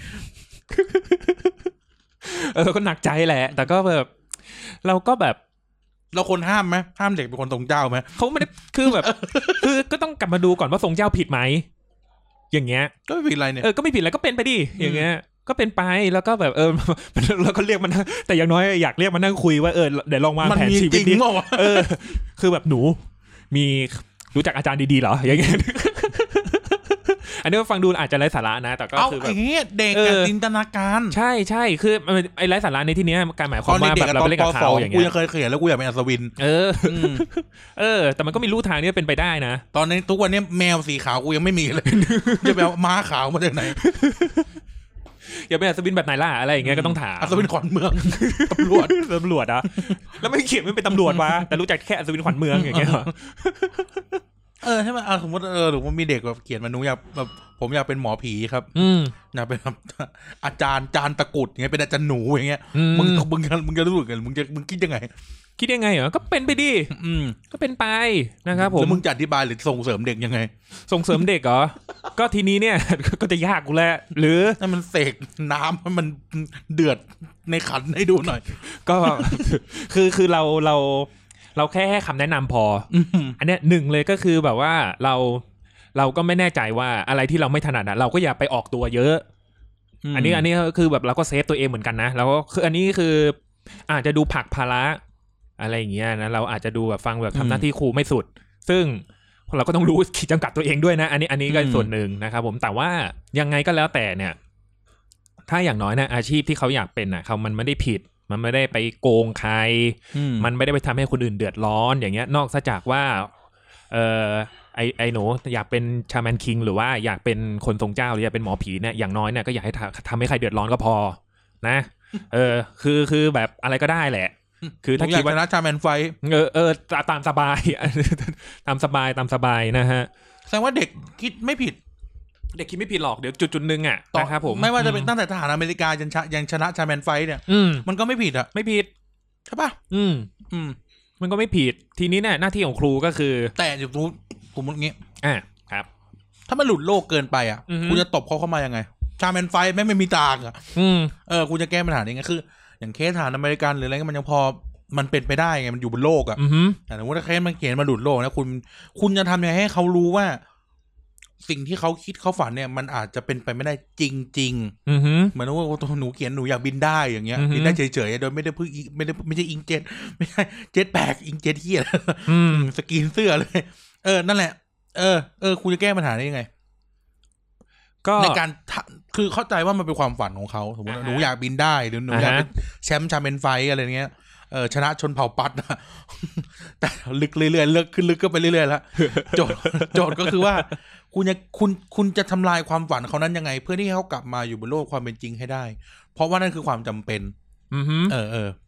เออก็หนักใจแหละแต่ก็แบบเราก็แบบเราคนห้ามไหมห้ามเด็กเป็นคนทรงเจ้าไหมเขาไม่ได้คือแบบคือก็ต้องกลับมาดูก่อนว่าทรงเจ้าผิดไหมอย่างเงี้ยก็ไม่ผิดอะไรเนี่ยเออก็ไม่ผิดอะไรก็เป็นไปดิอย่างเงี้ยก็เป็นไปแล้วก็แบบเออเราก็เรียกมันแต่อย่างน้อยอยากเรียกมันนั่งคุยว่าเออเดี๋ยวลองวางแผนชีวิตดิเออคือแบบหนูมีรู้จักอาจารย์ดีๆเหรออย่างเงี้ยอันนี้ฟังดูอาจจะไร้สาระนะแต่ก็คือแบบเด็กจินตนาการใช่ใช่คือไอ้ไร้สาระในที่นี้การหมายความว่าแบบเราไปเล่นกับเขาอย่างเงี้ยกูยังเคยเขียนแล้วกูอยากเป็นอัศวินเออเออแต่มันก็มีรูทางนี้เป็นไปได้นะตอนนี้ทุกวันนี้แมวสีขาวกูยังไม่มีเลยจะไปเอาม้าขาวมาจากไหนอย่าเป็นอัศวินแบบไหนล่ะอะไรอย่างเงี้ยก็ต้องถามอัศวินขวัญเมืองตำรวจตำรวจอ่ะแล้วไม่เขียนไม่เป็นตำรวจวะแต่รู้จักแค่อัศวินขวัญเมืองอย่างเงี้ยเออใช่ไหมสมมติเออหรือว่ามีเด็กแบบเขียนมาหนูอยากแบบผมอยากเป็นหมอผีครับอยากเป็นอาจารย์จานตะกุดอย่างเงี้ยเป็นอาจารย์หนูอย่างเงี้ยมึงมึงมึงจะรู้สึกไงมึงจะมึงคิดยังไงคิดยังไงเหรอก็เป็นไปดิก็เป็นไปนะครับผมแล้วมึงจะอธิบายหรือส่งเสริมเด็กยังไงส่งเสริมเด็กเหรอก็ทีนี้เนี่ยก็จะยากกูแหละหรือให้มันเสกน้ำให้มันเดือดในขันให้ดูหน่อยก็คือคือเราเราเราแค่ให้คำแนะนำพออันเนี้ยหนึ่งเลยก็คือแบบว่าเราเราก็ไม่แน่ใจว่าอะไรที่เราไม่ถนัดเราก็อย่าไปออกตัวเยอะอันนี้อันนี้คือแบบเราก็เซฟตัวเองเหมือนกันนะแล้วก็คืออันนี้คืออาจจะดูผลักภาระอะไรอย่างเงี้ยนะเราอาจจะดูแบบฟังแบบทำหน้าที่ครูไม่สุดซึ่งเราก็ต้องรู้ขีดจำกัดตัวเองด้วยนะอันนี้อันนี้ก็ส่วนหนึ่งนะครับผมแต่ว่ายังไงก็แล้วแต่เนี่ยถ้าอย่างน้อยนะอาชีพที่เขาอยากเป็นน่ะเขามันไม่ได้ผิดมันไม่ได้ไปโกงใครมันไม่ได้ไปทำให้คนอื่นเดือดร้อนอย่างเงี้ยนอกจากว่าเออไอไอหนูอยากเป็นชาแมนคิงหรือว่าอยากเป็นคนทรงเจ้าหรืออยากเป็นหมอผีเนี่ยอย่างน้อยเนี่ยก็อยากให้ทำให้ใครเดือดร้อนก็พอนะเออคือคือแบบอะไรก็ได้แหละคือถ้าคิดว่าชนะชาแมนไฟเออเออตามสบายตามสบายตามสบายนะฮะแสดงว่าเด็กคิดไม่ผิดเด็กคิดไม่ผิดหรอกเดี๋ยวจุดจุดนึงอ่ะนะครับผมไม่ว่าจะเป็นตั้งแต่ทหารอเมริกายังยังชนะชาแมนไฟเนี่ยมันก็ไม่ผิดอ่ะไม่ผิดใช่ป่ะอืมอืมมันก็ไม่ผิดทีนี้เนี่ยหน้าที่ของครูก็คือแต่อยู่ตรงผมอย่างงี้อ่ะครับถ้ามันหลุดโลกเกินไปอ่ะคุณจะตบเขาเข้ามายังไงชาแมนไฟแม่งไม่มีตาอ่ะเออคุณจะแก้ปัญหายังไงคืออย่างเคสทหารอเมริกันหรืออะไรก็มันยังพอมันเป็นไปได้ไงมันอยู่บนโลกอ่ะแต่สมมติถ้าเคสมันเขียนมาหลุดโลกนะคุณคุณจะทำยังไงให้เขารู้ว่าสิ่งที่เขาคิดเขาฝันเนี่ยมันอาจจะเป็นไปไม่ได้จริงๆเหมือนว่าหนูเขียนหนูอยากบินได้อย่างเงี้ยบินได้เฉยๆโดยไม่ได้พึ่งไม่ได้ไม่ใช่อิงเจ็ตไม่ใช่เจ็ตแพ็กอิงเจ็ตเหี้ยสกรีนเสื้อเลยเออนั่นแหละเออเออคุณจะแก้ปัญหาได้ยังไงก็ในการคือเข้าใจว่ามันเป็นความฝันของเขาสมมติหนูอยากบินได้หรือหนูอยากเป็นแชมป์ชาเมนไฟอะไรเงี้ยเออชนะชนเผ่าปัดนะแต่ลึกเรื่อยๆเลิกขึ้นลึกก็ไปเรื่อยๆแล้วโจทย์โจทย์ก็คือว่าคุณจะคุณคุณจะทำลายความฝันเขานั้นยังไงเพื่อที่ให้เขากลับมาอยู่บนโลกความเป็นจริงให้ได้เพราะว่านั่นคือความจำเป็นเออเออ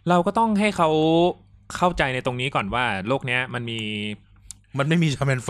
เราก็ต้องให้เขาเข้าใจในตรงนี้ก่อนว่าโลกเนี้ยมันมีมันไม่มีชาแมนไฟ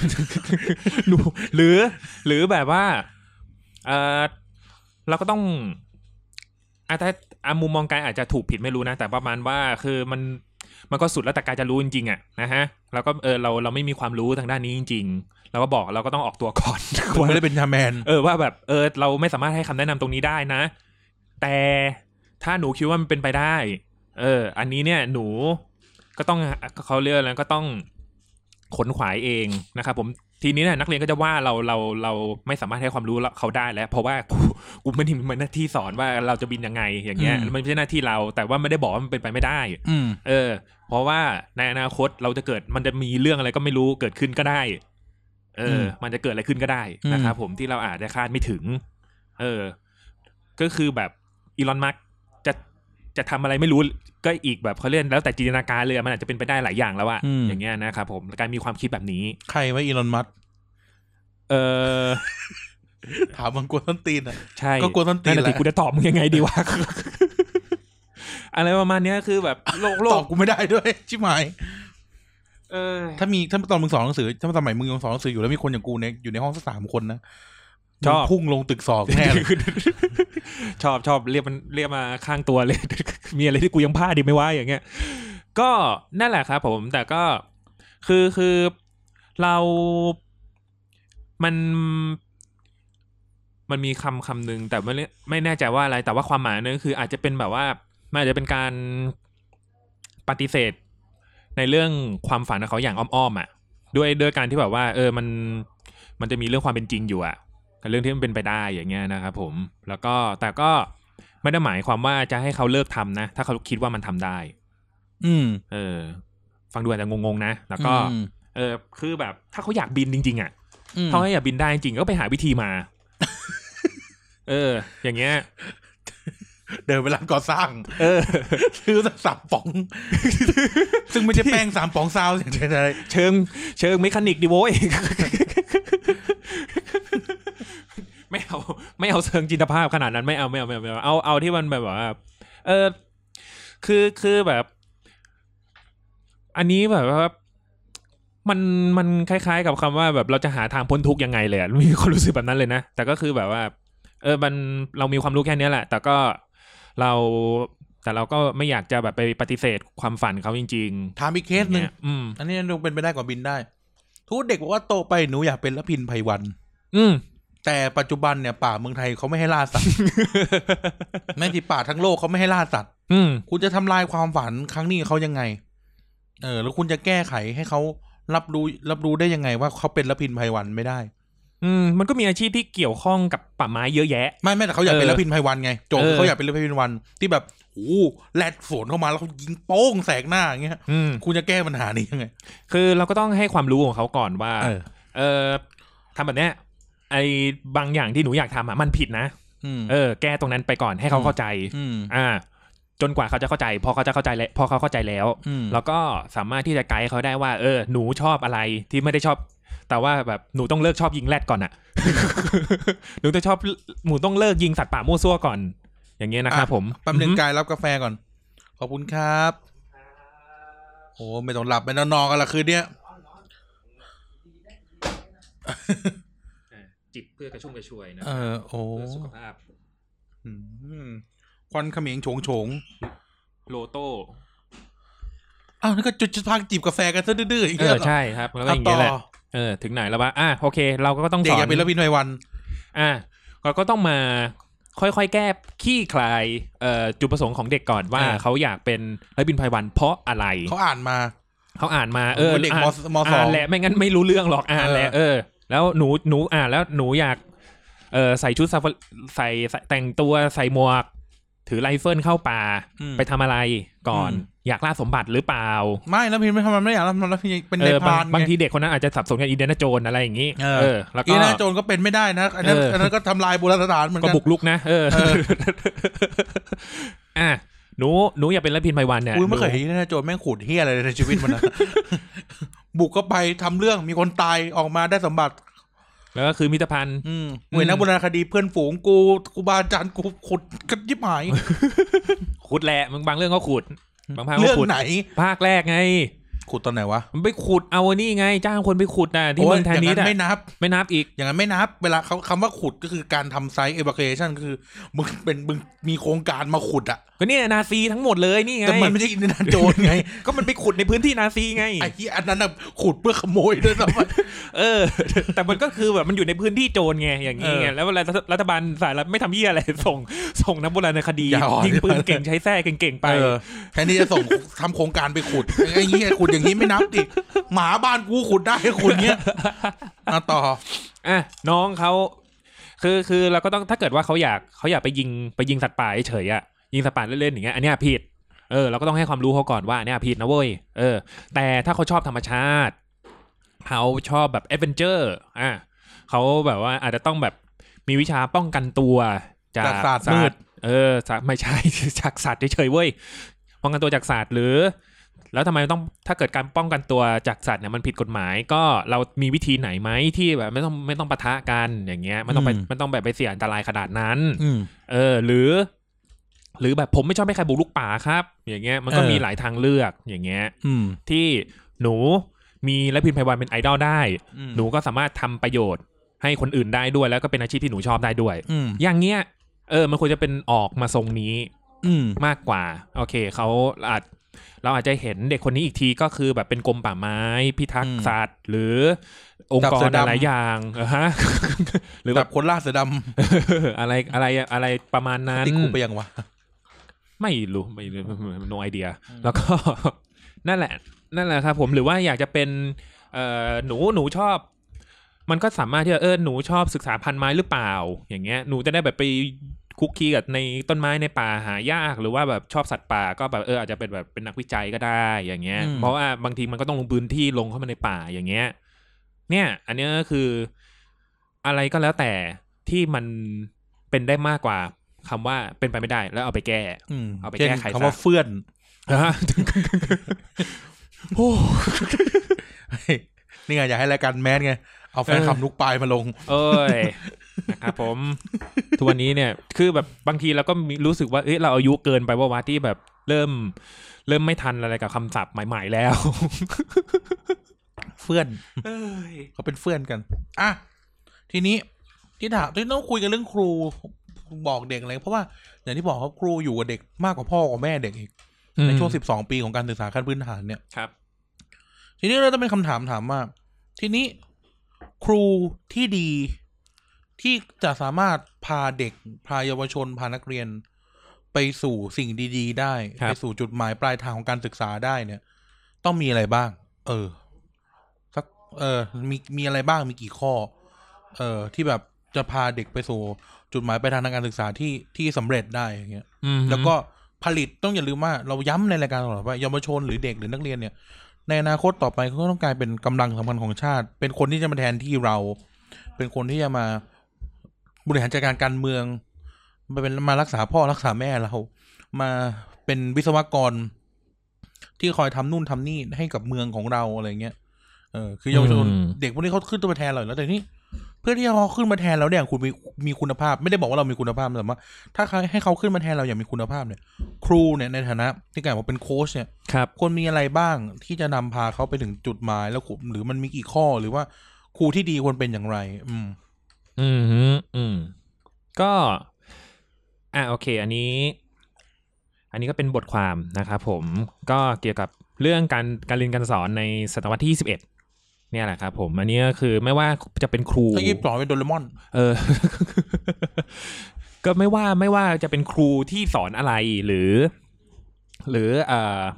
หรือหรือแบบว่าเออเราก็ต้องอาจจะมุมมองกายอาจจะถูกผิดไม่รู้นะแต่ประมาณว่าคือมันมันก็สุดแล้วแต่กายจะรู้จริงๆอ่ะนะฮะแล้วก็เออเราเราไม่มีความรู้ทางด้านนี้จริงๆเราก็บอกเราก็ต้องออกตัวก่อนไม่ได้เป็นชาแมนเออว่าแบบเออเราไม่สามารถให้คำแนะนำตรงนี้ได้นะแต่ถ้าหนูคิดว่ามันเป็นไปได้เอออันนี้เนี่ยหนูก็ต้องเขาเรียกแล้วก็ต้องขนขวายเองนะครับผมทีนี้เนี่ยนักเรียนก็จะว่าเราเราเราไม่สามารถให้ความรู้เขาได้แล้วเพราะว่ากูกูไม่ได้มีหน้าที่สอนว่าเราจะบินยังไงอย่างเงี้ยมันไม่ใช่หน้าที่เราแต่ว่าไม่ได้บอกว่ามันเป็นไปไม่ได้เออเพราะว่าในอนาคตเราจะเกิดมันจะมีเรื่องอะไรก็ไม่รู้เกิดขึ้นก็ได้เออมันจะเกิดอะไรขึ้นก็ได้นะครับผมที่เราอาจจะคาดไม่ถึงเออก็คือแบบอีลอนมัสก์จะจะทำอะไรไม่รู้ก็อีกแบบเขาเรียกแล้วแต่จินตนาการเลยมันอาจจะเป็นไปได้หลายอย่างแล้วอะอย่างเงี้ยนะครับผมการมีความคิดแบบนี้ใครว่าอีลอนมัสก์เออถามมันกวนต้นตีนอ่ะใช่ก็กวนต้นตีนแหละกูจะตอบมึงยังไงดีวะ อะไรประมาณนี้คือแบบโลกโลกตอบกูไม่ได้ด้วยชิบหายเออถ้ามีถ้าตอนมึงสอนหนังสือถ้าสมัยมึงยังสอนหนังสืออยู่แล้วมีคนอย่างกูเนี่ยอยู่ในห้องสักสามคนนะชอบพุ่งลงตึกสองแน่เลยชอบชอบเรียกมันเรียกมาข้างตัวเลย มีอะไรที่กูยังพลาดดีไหมวะอย่างเงี้ยก็นั่นแหละครับผมแต่ก็คือคือเรามันมันมีคำคำหนึ่งแต่ไม่ไม่แน่ใจว่าอะไรแต่ว่าความหมายนึงคืออาจจะเป็นแบบว่ามันอาจจะเป็นการปฏิเสธในเรื่องความฝันของเขาอย่างอ้อมๆอ่ะด้วยด้วยการที่แบบว่าเออมันมันจะมีเรื่องความเป็นจริงอยู่อ่ะกับเรื่องที่มันเป็นไปได้อย่างเงี้ยนะครับผมแล้วก็แต่ก็ไม่ได้หมายความว่าจะให้เขาเลิกทำนะถ้าเขาคิดว่ามันทำได้อืมเออฟังดูอาจจะงงๆนะแล้วก็เออคือแบบถ้าเขาอยากบินจริงๆอ่ะเขาอยากบินได้จริงก็ไปหาวิธีมาเอออย่างเงี้ยเดินเวลาก่อสร้างเออซื้อสักสามป๋องซึ่งไม่ใช่แป้งสามป๋องซาวเฉยๆเชิงเชิงเมคานิกดิโว้ยไม่เอาไม่เอาเชิงจินตภาพขนาดนั้นไม่เอาไม่เอาไม่เอาเอาเอาที่มันแบบว่าเออคือคือแบบอันนี้แบบว่ามันมันคล้ายๆกับคำว่าแบบเราจะหาทางพ้นทุกข์ยังไงเลยมีความรู้สึกแบบนั้นเลยนะแต่ก็คือแบบว่าเออมันเรามีความรู้แค่นี้แหละแต่ก็เราแต่เราก็ไม่อยากจะแบบไปปฏิเสธความฝันเขาจริงๆถามอีกเคสนึงอืมอันนี้ดูเป็นไปได้กว่าบินได้ทุกเด็กบอกว่าโตไปหนูอยากเป็นละพินไพวันอืมแต่ปัจจุบันเนี่ยป่าเมืองไทยเขาไม่ให้ล่าสัตว์ แม้ที่ป่าทั้งโลกเขาไม่ให้ล่าสัตว์คุณจะทำลายความฝันครั้งนี้เขายังไงเออแล้วคุณจะแก้ไขให้เขารับรู้รับรู้ได้ยังไงว่าเขาเป็นละพินไพวันไม่ได้อืมมันก็มีอาชีพที่เกี่ยวข้องกับป่าไม้เยอะแยะไม่ไม่แต่เขาอยากเป็นละพินไพวันไงโจเขาอยากเป็นละพินไพวันที่แบบโอ้แลดฝนเข้ามาแล้วเขายิงโป้งแสกหน้าอย่างเงี้ยคุณจะแก้ปัญหานี้ยังไงคือเราก็ต้องให้ความรู้ของเขาก่อนว่าเออทำแบบเนี้ยไอ้บางอย่างที่หนูอยากทำอ่ะมันผิดนะเออแก้ตรงนั้นไปก่อนให้เขาเข้าใจอ่าจนกว่าเขาจะเข้าใจพอเขาจะเข้าใจแล้วพอเขาเข้าใจแล้วแล้วก็สามารถที่จะไกด์เขาได้ว่าเออหนูชอบอะไรที่ไม่ได้ชอบแต่ว่าแบบหนูต้องเลิกชอบยิงแรดก่อนอ่ะ หนูต้องชอบหนูต้องเลิกยิงสัตว์ป่ามั่วซั่วก่อนอย่างเงี้ยนะครับผมแป๊บนึงกายรับกาแฟก่อนขอบคุณครับโอ้ไม่ต้องหลับไม่ต้องนอนกันละคืนเนี้ยจิบเพื่อกระชุ่มกระชวยนะเออโอ้เพื่อสุขภาพควันเขมิงโฉงโฉงโลโต้อ้าวนี่ก็จุดพักจิบกาแฟกันซะดื้อๆอีกแล้วใช่ครับแล้วก็อย่างเงี้ยแหละเออถึงไหนแล้ววะอ่ะโอเคเราก็ต้องสอนเด็กอยากเป็นละพินไพวันอ่ะเราก็ต้องมาค่อยๆแก้ขี้คลายเอ่อจุดประสงค์ของเด็กก่อนว่าเขาอยากเป็นละพินไพวันเพราะอะไรเขาอ่านมาเขาอ่านมาเออเด็กมมสองแหละไม่งั้นไม่รู้เรื่องหรอกอ่านแหละเออแล้วหนูหนูอ่านแล้วหนูอยากเออใส่ชุดใส่แต่งตัวใส่หมวกถือไรเฟิลเข้าป่าไปทำอะไรก่อนอยากล่าสมบัติหรือเปล่าไม่แล้วพี่ไม่ทำมันไม่อยากแล้วแล้วพี่เป็นเนปาลบางทีเด็กคนนั้นอาจจะสับสนกับอีเดนาโจนอะไรอย่างนี้เออแล้วก็อีเดนาโจนก็เป็นไม่ได้นะอันนั้นอันนั้นก็ทำลายโบราณสถานเหมือนกันก็บุกลุกนะเอออ่ะหนูหนูอยากเป็นละพินไพวันเนี่ยอุ้ยไม่เคยเห็นอีเดนาโจนแม่งขูดเหี้ยอะไรในชีวิตมันนะบุกเข้าไปทำเรื่องมีคนตายออกมาได้สมบัติแล้วก็คือมิตรพันธ์หน่วยนักโบราณคดีเพื่อนฝูงกูกูบาอาจารย์กูขุดกันยิบหายขุดแหละมึงบางเรื่องก็ขุดบางภาคก็ขุดเรื่องไหนภาคแรกไงขุดตอนไหนวะมันไปขุดเอานี่ไงจ้างคนไปขุดน่ะที่เมืองแทนนี้ไม่นับไม่นับอีกอย่างนั้นไม่นับเวลาเขาคำว่าขุดก็คือการทำไซต์เอวาคูเอชั่นก็คือมึงเป็นมึงมีโครงการมาขุดอ่ะก็เนี่ยนาซีทั้งหมดเลยนี่ไงแต่มันไม่ใช่นาโจรไงก็มันไปขุดในพื้นที่นาซีไงไอ้ที่อันนั้นขุดเพื่อขโมยด้วยซ้ำเออแต่มันก็คือแบบมันอยู่ในพื้นที่โจรไงอย่างนี้ไงแล้วเวลารัฐบาลสหรัฐไม่ทำเหี้ยอะไรส่งส่งนักโบราณคดียิงปืนเก่งใช้แส้เก่งๆไปแทนที่จะส่งทำโครงการไปขุดไอ้เงี้ยขุดอย่างนี้ไม่นับดิหมาบ้านกูขุดได้ขุดเงี้ยอ่ะต่ออ่ะน้องเขาคือคือเราก็ต้องถ้าเกิดว่าเขาอยากเขาอยากไปยิงไปยิงสัตว์ป่าเฉยๆอ่ะยิงสัตว์ป่าเล่นๆอย่างเงี้ยอันนี้ผิดเออเราก็ต้องให้ความรู้เขาก่อนว่าเนี่ยผิดนะเว้ยเออแต่ถ้าเขาชอบธรรมชาติเขาชอบแบบแอดเวนเจอร์อ่ะเขาแบบว่าอาจจะต้องแบบมีวิชาป้องกันตัวจากสัตว์มืดเออไม่ใช่จากสัตว์เฉยๆเว้ยป้องกันตัวจากสัตว์หรือแล้วทำไมต้องถ้าเกิดการป้องกันตัวจากสัตว์เนี่ยมันผิดกฎหมายก็เรามีวิธีไหนไหมที่แบบไม่ต้องไม่ต้องปะทะกันอย่างเงี้ยไม่ต้องไปไม่ต้องแบบไปเสี่ยงอันตรายขนาดนั้นเออหรือหรือแบบผมไม่ชอบให้ใครบุกรุกป่าครับอย่างเงี้ยมันก็มีหลายทางเลือกอย่างเงี้ยที่หนูมีและพินไพวันเป็นไอดอลได้หนูก็สามารถทำประโยชน์ให้คนอื่นได้ด้วยแล้วก็เป็นอาชีพที่หนูชอบได้ด้วยอย่างเงี้ยเออมันควรจะเป็นออกมาทรงนี้มากกว่าโอเคเขาอาจเราอาจจะเห็นเด็กคนนี้อีกทีก็คือแบบเป็นกรมป่าไม้พิทักษ์สัตว์หรือองค์กรหลายอย่างเออฮะหรือแบบคนล่าเสือดำอะไรอะไรอะไรประมาณนั้นติดคุกไปยังวะไม่รู้ไม่รู้ no idea แล้วก็นั่นแหละนั่นแหละครับผมหรือว่าอยากจะเป็นเอ่อหนูหนูชอบมันก็สามารถที่จะเออหนูชอบศึกษาพันธุ์ไม้หรือเปล่าอย่างเงี้ยหนูจะได้แบบไปคุกคีกับในต้นไม้ในป่าหายากหรือว่าแบบชอบสัตว์ป่าก็แบบเอออาจจะเป็นแบบเป็นนักวิจัยก็ได้อย่างเงี้ยเพราะว่าบางทีมันก็ต้องลงพื้นที่ลงเข้ามาในป่าอย่างเงี้ยเนี่ยอันนี้ก็คืออะไรก็แล้วแต่ที่มันเป็นได้มากกว่าคำว่าเป็นไปไม่ได้แล้วเอาไปแก้เอาไปแก้ไขคำว่าเฟื่อนโอ้นี่ไงอยากให้รายการแมสไงเอาแฟนคลับนุกปลายมาลงเอ้ยนะครับผมทุกวันนี้เนี่ยคือแบบบางทีเราก็รู้สึกว่าเอ้ยเราอายุเกินไปว่าวะที่แบบเริ่มเริ่มไม่ทันอะไรกับคำศัพท์ใหม่ๆแล้วเฟื่อนเขาเป็นเฟื่อนกันอ่ะทีนี้ที่ถามที่ต้องคุยกันเรื่องครูบอกเด็กอะไรเพราะว่าอย่างที่บอกเขาครูอยู่กับเด็กมากกว่าพ่อกับแม่เด็กอีกในช่วงสิบสองปีของการศึกษาขั้นพื้นฐานเนี่ยครับทีนี้เราต้องเป็นคำถามถามว่าทีนี้ครูที่ดีที่จะสามารถพาเด็กพาเยาวชนพานักเรียนไปสู่สิ่งดีๆได้ไปสู่จุดหมายปลายทางของการศึกษาได้เนี่ยต้องมีอะไรบ้างเออสักเออมีมีอะไรบ้างมีกี่ข้อเออที่แบบจะพาเด็กไปสู่จุดหมายปลายทางทางการศึกษาที่ที่สำเร็จได้อย่างเงี้ยแล้วก็ผลิตต้องอย่าลืมว่าเราย้ำในรายการตลอดว่าเยาวชนหรือเด็กหรือนักเรียนเนี่ยในอนาคตต่อไปเขาต้องกลายเป็นกำลังสำคัญของชาติเป็นคนที่จะมาแทนที่เราเป็นคนที่จะมาบริหารจัดการการเมืองมาเป็นมารักษาพ่อรักษาแม่เรามาเป็นวิศวกรที่คอยทำนู่นทำนี่ให้กับเมืองของเราอะไรเงี้ยเออคือเยาวชนเด็กพวกนี้เขาขึ้นตัวแทนเราแล้วแต่นี่เพื่อที่จะเขาขึ้นมาแทนเราเนี่ยคุณมีมีคุณภาพไม่ได้บอกว่าเรามีคุณภาพแต่ว่าถ้าให้เขาขึ้นมาแทนเราอย่างมีคุณภาพเนี่ยครูเนี่ยในฐานะที่กล่าวว่าเป็นโค้ชเนี่ยควรมีอะไรบ้างที่จะนำพาเขาไปถึงจุดหมายแล้วหรือมันมีกี่ข้อหรือว่าครูที่ดีควรเป็นอย่างไรอืมอืมอืมก็อ่ะโอเคอันนี้อันนี้ก็เป็นบทความนะครับผมก็เกี่ยวกับเรื่องการการเรียนการสอนในศตวรรษที่ยี่สิบเอ็ดเนี่ยแหละครับผมอันนี้ก็คือไม่ว่าจะเป็นครูถ้ายี่สิบสองเป็นโดเรมอนเออ ก็ไม่ว่าไม่ว่าจะเป็นครูที่สอนอะไรหรือหรือเอ่อ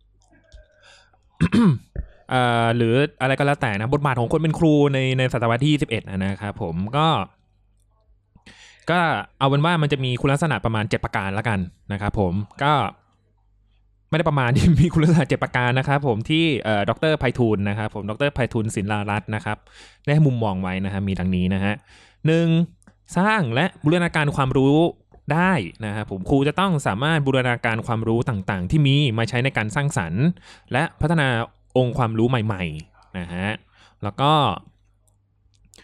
เอ่อหรืออะไรก็แล้วแต่นะบทบาทของคนเป็นครูในในศตวรรษที่ยี่สิบเอ็ดนะครับผมก็ก็เอาเป็นว่ามันจะมีคุณลักษณะประมาณเจ็ดประการละกันนะครับผมก็ไม่ได้ประมาณที่มีคุณลักษณะเจ็ดประการนะครับผมที่เอ่อดร.ไพฑูรย์นะครับผมดร.ไพฑูรย์ศิลารัตน์นะครับได้ให้มุมมองไว้นะฮะมีดังนี้นะฮะหนึ่งสร้างและบูรณาการความรู้ได้นะครับผมครูจะต้องสามารถบูรณาการความรู้ต่างๆที่มีมาใช้ในการสร้างสรรค์และพัฒนาองค์ความรู้ใหม่ๆนะฮะแล้วก็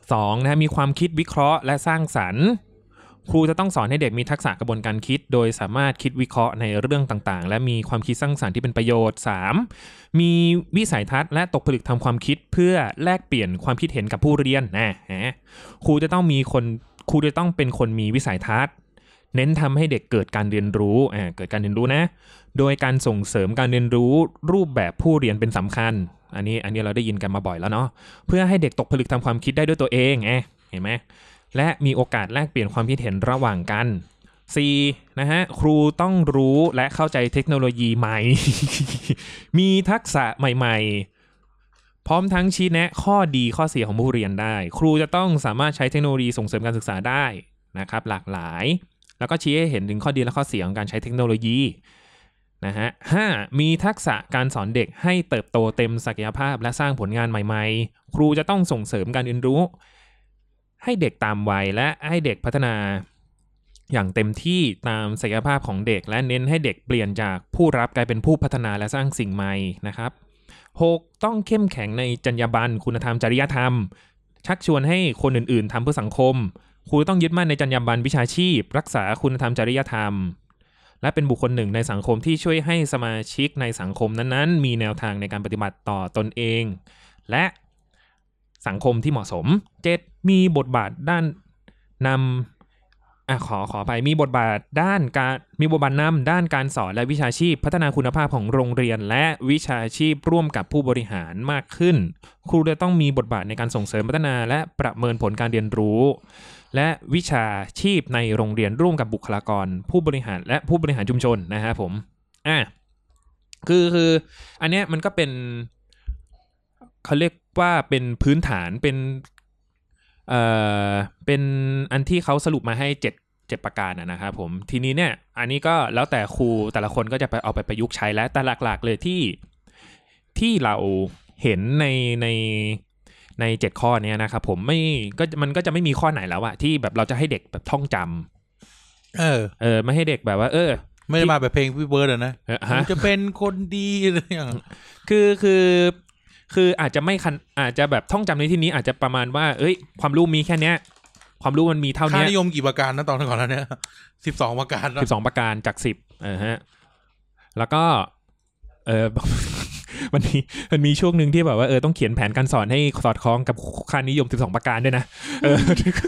สองนะมีความคิดวิเคราะห์และสร้างสรรค์ครูจะต้องสอนให้เด็กมีทักษะกระบวนการคิดโดยสามารถคิดวิเคราะห์ในเรื่องต่างๆและมีความคิดสร้างสรรค์ที่เป็นประโยชน์ สาม มีวิสัยทัศน์และตกผลึกทำความคิดเพื่อแลกเปลี่ยนความคิดเห็นกับผู้เรียนนะครูจะต้องมีคนครูจะต้องเป็นคนมีวิสัยทัศน์เน้นทำให้เด็กเกิดการเรียนรู้อ่าเกิดการเรียนรู้นะโดยการส่งเสริมการเรียนรู้รูปแบบผู้เรียนเป็นสำคัญอันนี้อันนี้เราได้ยินกันมาบ่อยแล้วเนาะเพื่อให้เด็กตกผลึกทำความคิดได้ด้วยตัวเองไงเห็นไหมและมีโอกาสแลกเปลี่ยนความคิดเห็นระหว่างกัน สี่ นะฮะครูต้องรู้และเข้าใจเทคโนโลยีใหม่ มีทักษะใหม่ๆพร้อมทั้งชี้แนะข้อดีข้อเสียของผู้เรียนได้ครูจะต้องสามารถใช้เทคโนโลยีส่งเสริมการศึกษาได้นะครับหลากหลายแล้วก็ชี้ให้เห็นถึงข้อดีและข้อเสียของการใช้เทคโนโลยีนะฮะ ห้า มีทักษะการสอนเด็กให้เติบโตเต็มศักยภาพและสร้างผลงานใหม่ๆครูจะต้องส่งเสริมการเรียนรู้ให้เด็กตามวัยและให้เด็กพัฒนาอย่างเต็มที่ตามศักยภาพของเด็กและเน้นให้เด็กเปลี่ยนจากผู้รับกลายเป็นผู้พัฒนาและสร้างสิ่งใหม่นะครับ หก ต้องเข้มแข็งในจรรยาบรรณคุณธรรมจริยธรรมชักชวนให้คนอื่นๆทำเพื่อสังคมครูต้องยึดมั่นในจรรยาบรรณวิชาชีพรักษาคุณธรรมจริยธรรมและเป็นบุคคลหนึ่งในสังคมที่ช่วยให้สมาชิกในสังคมนั้นๆมีแนวทางในการปฏิบัติต่อตนเองและสังคมที่เหมาะสม เจ็ด มีบทบาทด้านนำอ่ะขอขอไปมีบทบาทด้านการมีบทบาทนำด้านการสอนและวิชาชีพพัฒนาคุณภาพของโรงเรียนและวิชาชีพร่วมกับผู้บริหารมากขึ้นครูจะต้องมีบทบาทในการส่งเสริมพัฒนาและประเมินผลการเรียนรู้และวิชาชีพในโรงเรียนร่วมกับบุคลากรผู้บริหารและผู้บริหารชุมชนนะฮะผมอ่ะคือคืออันเนี้ยมันก็เป็นเขาเรียกว่าเป็นพื้นฐานเป็นเอ่อเป็นอันที่เขาสรุปมาให้เจ็ดเจ็ดประการนะครับผมทีนี้เนี่ยอันนี้ก็แล้วแต่ครูแต่ละคนก็จะไปเอาไปประยุกต์ใช้แล้วแต่หลักๆเลยที่ที่เราเห็นในในในเจ็ดข้อนี้นะครับผมไม่ก็มันก็จะไม่มีข้อไหนแล้วอะที่แบบเราจะให้เด็กแบบท่องจำเออเออไม่ให้เด็กแบบว่าเออไม่ได้มาแบบเพลงพี่เบิร์ดนะจะเป็นคนดีอะไรอย่างคือคือคืออาจจะไม่คันอาจจะแบบท่องจำในที่นี้อาจจะประมาณว่าเอ้ยความรู้มีแค่เนี้ยความรู้มันมีเท่านี้ค่านิยมกี่ประการนะตอนก่อนแล้วเนี่ยสิบสองประการสิบสองประการจากสิบเออฮะแล้วก็เออมันมีมันมีช่วงนึงที่แบบว่าเออต้องเขียนแผนการสอนให้สอดคล้องกับค่านิยมสิบสองประการด้วยนะเออ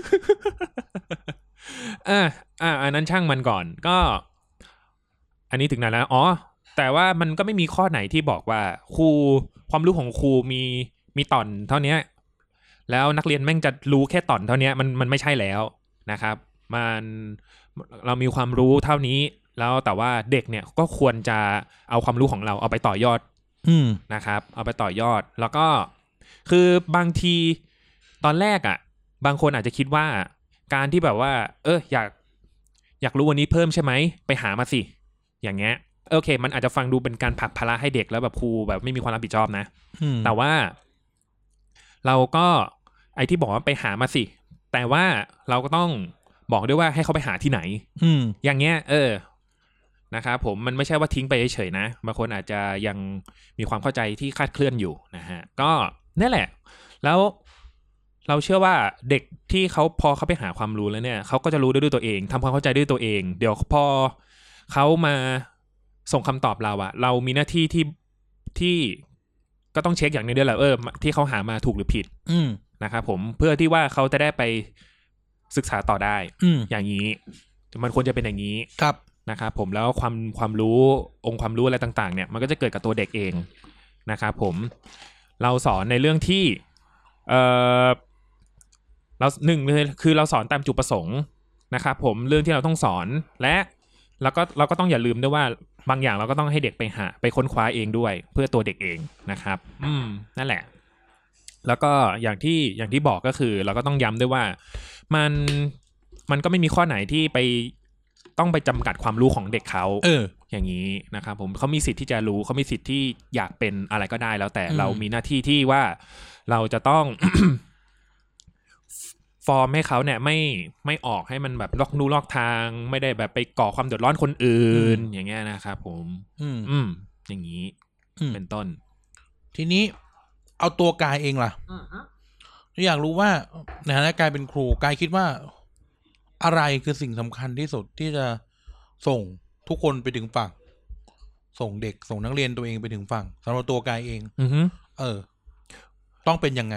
อ่าอ่าอันนั้นช่างมันก่อนก็อันนี้ถึงไหนแล้วอ๋อแต่ว่ามันก็ไม่มีข้อไหนที่บอกว่าครูความรู้ของครูมีมีตอนเท่านี้แล้วนักเรียนแม่งจะรู้แค่ตอนเท่านี้มันมันไม่ใช่แล้วนะครับมันเรามีความรู้เท่านี้แล้วแต่ว่าเด็กเนี่ยก็ควรจะเอาความรู้ของเราเอาไปต่อยอดนะครับเอาไปต่อยอดแล้วก็คือบางทีตอนแรกอ่ะบางคนอาจจะคิดว่าการที่แบบว่าเอออยากอยากรู้วันนี้เพิ่มใช่ไหมไปหามาสิอย่างเงี้ยโอเคมันอาจจะฟังดูเป็นการผลักภาระให้เด็กแล้วแบบครูแบบไม่มีความรับผิดชอบนะแต่ว่าเราก็ไอ้ที่บอกว่าไปหามาสิแต่ว่าเราก็ต้องบอกด้วยว่าให้เขาไปหาที่ไหนอย่างเงี้ยเออนะครับผมมันไม่ใช่ว่าทิ้งไปเฉยๆนะบางคนอาจจะยังมีความเข้าใจที่คลาดเคลื่อนอยู่นะฮะก็นั่นแหละแล้วเราเชื่อว่าเด็กที่เขาพอเขาไปหาความรู้แล้วเนี่ยเขาก็จะรู้ด้วยตัวเองทำความเข้าใจด้วยตัวเองเดี๋ยวพอเขามาส่งคำตอบเราอะเรามีหน้าที่ที่ที่ก็ต้องเช็คอย่างนึงด้วยแหละเออที่เขาหามาถูกหรือผิดนะครับผมเพื่อที่ว่าเขาจะได้ไปศึกษาต่อได้อย่างนี้มันควรจะเป็นอย่างนี้ครับนะครับผมแล้วความความรู้องค์ความรู้อะไรต่างๆเนี่ยมันก็จะเกิดกับตัวเด็กเองนะครับผมเราสอนในเรื่องที่เออเราหนึ่งเลยคือเราสอนตามจุดประสงค์นะครับผมเรื่องที่เราต้องสอนและแล้วก็เราก็ต้องอย่าลืมด้วยว่าบางอย่างเราก็ต้องให้เด็กไปหาไปค้นคว้าเองด้วยเพื่อตัวเด็กเองนะครับอืมนั่นแหละแล้วก็อย่างที่อย่างที่บอกก็คือเราก็ต้องย้ำด้วยว่ามันมันก็ไม่มีข้อไหนที่ไปต้องไปจำกัดความรู้ของเด็กเขาเอออย่างนี้นะครับผมเขามีสิทธิ์ที่จะรู้เขามีสิทธิ์ที่อยากเป็นอะไรก็ได้แล้วแต่เรามีหน้าที่ที่ว่าเราจะต้อง ฟอร์มให้เขาเนี่ยไม่ไม่ออกให้มันแบบลอกนูลอกทางไม่ได้แบบไปก่อความเดือดร้อนคนอื่นอย่างเงี้ยนะครับผมอืมอืมอย่างนี้เป็นต้นทีนี้เอาตัวกายเองล่ะจอยากรู้ว่าในฐานะกายเป็นครูกายคิดว่าอะไรคือสิ่งสำคัญที่สุดที่จะส่งทุกคนไปถึงฝั่งส่งเด็กส่งนักเรียนตัวเองไปถึงฝั่งสำหรับตัวกายเองอือฮึเออต้องเป็นยังไง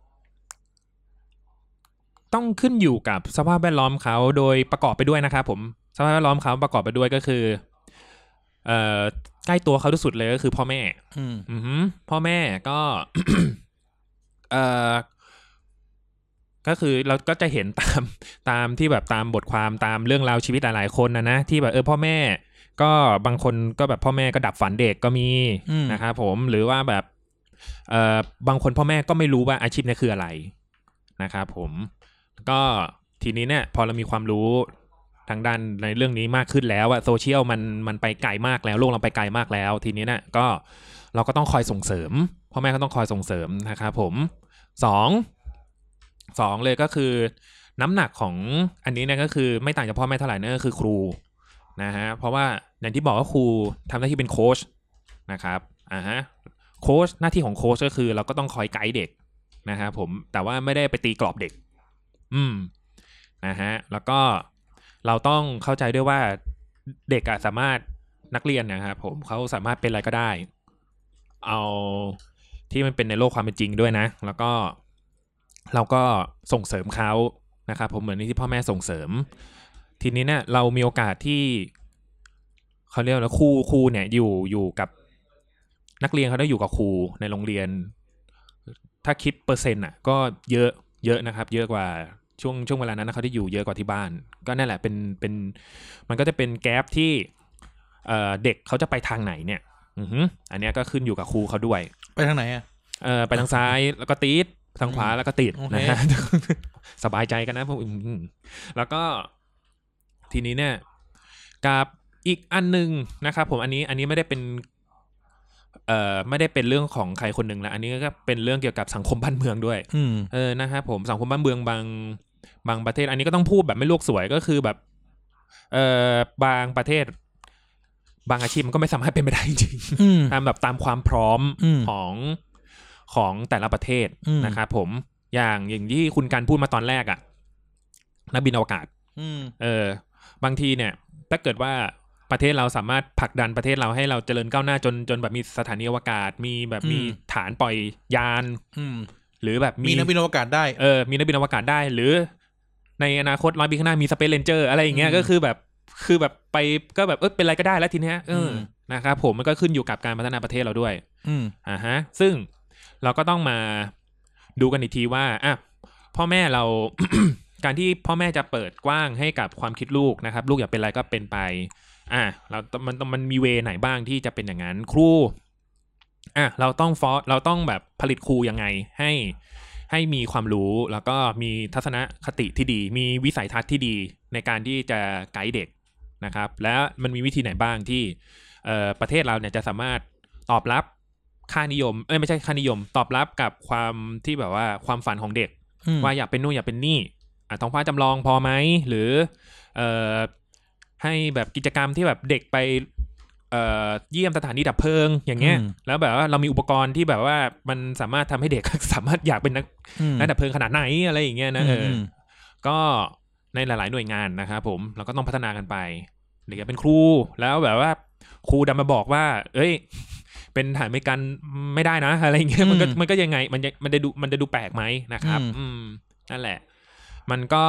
ต้องขึ้นอยู่กับสภาพแวดล้อมเขาโดยประกอบไปด้วยนะครับผมสภาพแวดล้อมเขาประกอบไปด้วยก็คือเอ่อใกล้ตัวเขาที่สุดเลยก็คือพ่อแม่อืมอือฮึพ่อแม่ก็ เอ่อก็คือเราก็จะเห็นตามตามที่แบบตามบทความตามเรื่องราวชีวิตหลายๆคนนะนะที่แบบเออพ่อแม่ก็บางคนก็แบบพ่อแม่ก็ดับฝันเด็กก็มีนะครับผมหรือว่าแบบเอ่อบางคนพ่อแม่ก็ไม่รู้ว่าอาชีพนี้คืออะไรนะครับผมก็ทีนี้เนี่ยพอเรามีความรู้ทางด้านในเรื่องนี้มากขึ้นแล้วอะโซเชียลมันมันไปไกลมากแล้วโลกเราไปไกลมากแล้วทีนี้เนี่ยก็เราก็ต้องคอยส่งเสริมพ่อแม่ก็ต้องคอยส่งเสริมนะครับผมสองสองเลยก็คือน้ำหนักของอันนี้เนี่ยก็คือไม่ต่างจากพ่อแม่เท่าไหร่นั่นก็คือครูนะฮะเพราะว่าอย่างที่บอกว่าครูทำหน้าที่เป็นโค้ชนะครับอ่าฮะโค้ชหน้าที่ของโค้ชก็คือเราก็ต้องคอยไกด์เด็กนะครับผมแต่ว่าไม่ได้ไปตีกรอบเด็กอืมนะฮะแล้วก็เราต้องเข้าใจด้วยว่าเด็กอะสามารถนักเรียนนะครับผมเขาสามารถเป็นอะไรก็ได้เอาที่มันเป็นในโลกความเป็นจริงด้วยนะแล้วก็เราก็ส่งเสริมเขานะครับผมเหมือนที่พ่อแม่ส่งเสริมทีนี้เนี่ยเรามีโอกาสที่เขาเรียกว่าครูครูเนี่ยอยู่อยู่กับนักเรียนเขาได้อยู่กับครูในโรงเรียนถ้าคิดเปอร์เซ็นต์อ่ะก็เยอะเยอะนะครับเยอะกว่าช่วงช่วงเวลานั้นนะเขาได้อยู่เยอะกว่าที่บ้านก็นั่นแหละเป็นเป็นมันก็จะเป็นแกปที่เอ่อเด็กเขาจะไปทางไหนเนี่ยอือฮึอันนี้ก็ขึ้นอยู่กับครูเขาด้วยไปทางไหนอ่ะเออไปทางซ้ายแล้วก็ติดทางขวาแล้วก็ติดนะฮะ สบายใจกันนะพวกแล้วก็ทีนี้เนี่ยกับอีกอันนึงนะครับผมอันนี้อันนี้ไม่ได้เป็นเอ่อไม่ได้เป็นเรื่องของใครคนหนึ่งแล้วอันนี้ก็เป็นเรื่องเกี่ยวกับสังคมบ้านเมืองด้วยเออนะครับผมสังคมบ้านเมืองบางบางประเทศอันนี้ก็ต้องพูดแบบไม่ลวกสวยก็คือแบบเอ่อบางประเทศบางอาชีพมันก็ไม่สามารถเป็นไปได้จริงๆตามแบบตามความพร้อมของของแต่ละประเทศนะครับผมอย่างอย่างที่คุณการพูดมาตอนแรกอ่ะนักบินอวกาศเออบางทีเนี่ยถ้าเกิดว่าประเทศเราสามารถผลักดันประเทศเราให้เราเจริญก้าวหน้าจนจนแบบมีสถานีอวกาศมีแบบมีฐานปล่อยยานหรือแบบมีนักบินอวกาศได้เออมีนักบินอวกาศได้หรือในอนาคตร้อยปีข้างหน้ามีสเปซเรนเจอร์อะไรอย่างเงี้ยก็คือแบบคือแบบไปก็แบบเออเป็นอะไรก็ได้แล้วทีเนี้ยเออนะครับผมมันก็ขึ้นอยู่กับการพัฒนาประเทศเราด้วยอ่าฮะซึ่งเราก็ต้องมาดูกันอีกทีว่าอ่ะพ่อแม่เรา การที่พ่อแม่จะเปิดกว้างให้กับความคิดลูกนะครับลูกอยากเป็นอะไรก็เป็นไปอ่ะเรามันมันมีเวไหนบ้างที่จะเป็นอย่างนั้นครูอ่ะเราต้องฟอร์เราต้องแบบผลิตครูยังไงให้ให้มีความรู้แล้วก็มีทัศนคติที่ดีมีวิสัยทัศน์ที่ดีในการที่จะไกด์เด็กนะครับแล้วมันมีวิธีไหนบ้างที่เอ่อประเทศเราเนี่ยจะสามารถตอบรับค่านิยมเอ้ยไม่ใช่ค่านิยมตอบรับกับความที่แบบว่าความฝันของเด็กว่าอยากเป็นนู่นอยากเป็นนี่อ่ะท้องฟ้าจำลองพอไหมหรือเอ่อให้แบบกิจกรรมที่แบบเด็กไปเอ่อเยี่ยมสถานีดับเพลิงอย่างเงี้ยแล้วแบบว่าเรามีอุปกรณ์ที่แบบว่ามันสามารถทำให้เด็ก สามารถอยากเป็นนักนักดับเพลิงขนาดไหนอะไรอย่างเงี้ยนะเออก็ในหลายๆหน่วยงานนะครับผมเราก็ต้องพัฒนากันไปเด็กเป็นครูแล้วแบบว่าครูดันมาบอกว่าเอ้ยเป็นทหารอเมริกันไม่ได้นะอะไรอย่างเงี้ยมันก็มันก็ยังไงมันมันจะดูมันจะดูแปลกไหมนะครับอืมนั่นแหละมันก็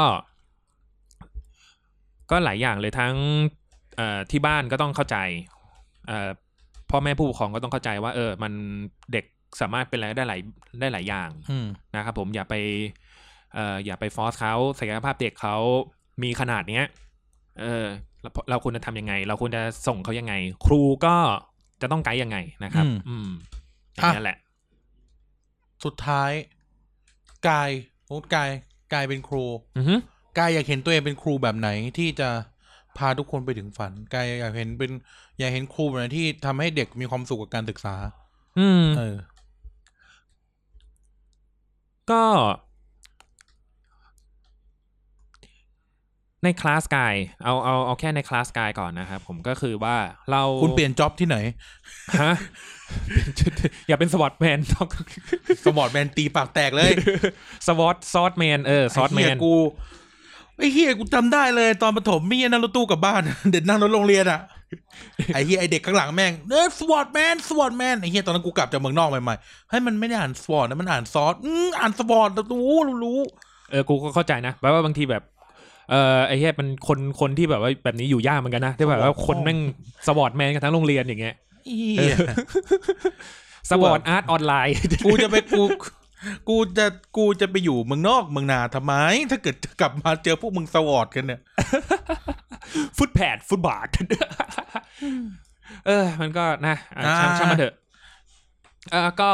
ก็หลายอย่างเลยทั้งเอ่อที่บ้านก็ต้องเข้าใจเอ่อพ่อแม่ผู้ปกครองก็ต้องเข้าใจว่าเออมันเด็กสามารถเป็นอะไรได้หลายได้หลายอย่างนะครับผมอย่าไปเอ่ออย่าไปฟอร์สเขาศักยภาพเด็กเขามีขนาดเนี้ยเออเราควรจะทำยังไงเราควรจะส่งเขายังไงครูก็จะต้องไกด์ยังไงนะครับอืมนั่นแหละสุดท้ายกายโอ้กายกายเป็นครูกายอยากเห็นตัวเองเป็นครูแบบไหนที่จะพาทุกคนไปถึงฝันกายอยากเห็นเป็นอยากเห็นครูแบบไหนที่ทำให้เด็กมีความสุขกับการศึกษาอืมเออก็ในคลาสกายเอาเอาเอาแค่ในคลาสกายก่อนนะครับผมก็คือว่าเราคุณเปลี่ยนจ็อบที่ไหนฮะอย่าเป็นสวอตแมนสวอตแมนตีปากแตกเลยสวอตซอสแมนเออซอสแมนกูไอ้เหี้ยกูจำได้เลยตอนประถมมีนั่งรถตู้กลับบ้านเด็กนั่งรถโรงเรียนอ่ะไอ้เหี้ยไอ้เด็กข้างหลังแม่งเออสวอตแมนสวอตแมนไอ้เหี้ยตอนนั้นกูกลับจากเมืองนอกใหม่ๆให้มันไม่ได้อ่านสวอตนะมันอ่านซอสอืออ่านสวอตรู้รู้เออกูก็เข้าใจนะแปลว่าบางทีแบบเออไอ้เหี้ยมันคนคนที่แบบว่าแบบนี้อยู่ยากเหมือนกันนะที่แบบว่าคนแม่งสวอตแมนกันทั้งโรงเรียนอย่างเงี้ยสวอตอาร์ตออนไลน์กูจะไปกูกูจะกูจะไปอยู่เมืองนอกเมืองนาทำไมถ้าเกิดกลับมาเจอพวกมึงสวอตกันเนี่ยฟุตแพดฟุตบาทเออมันก็นะช่างช่างมาเถอะเออก็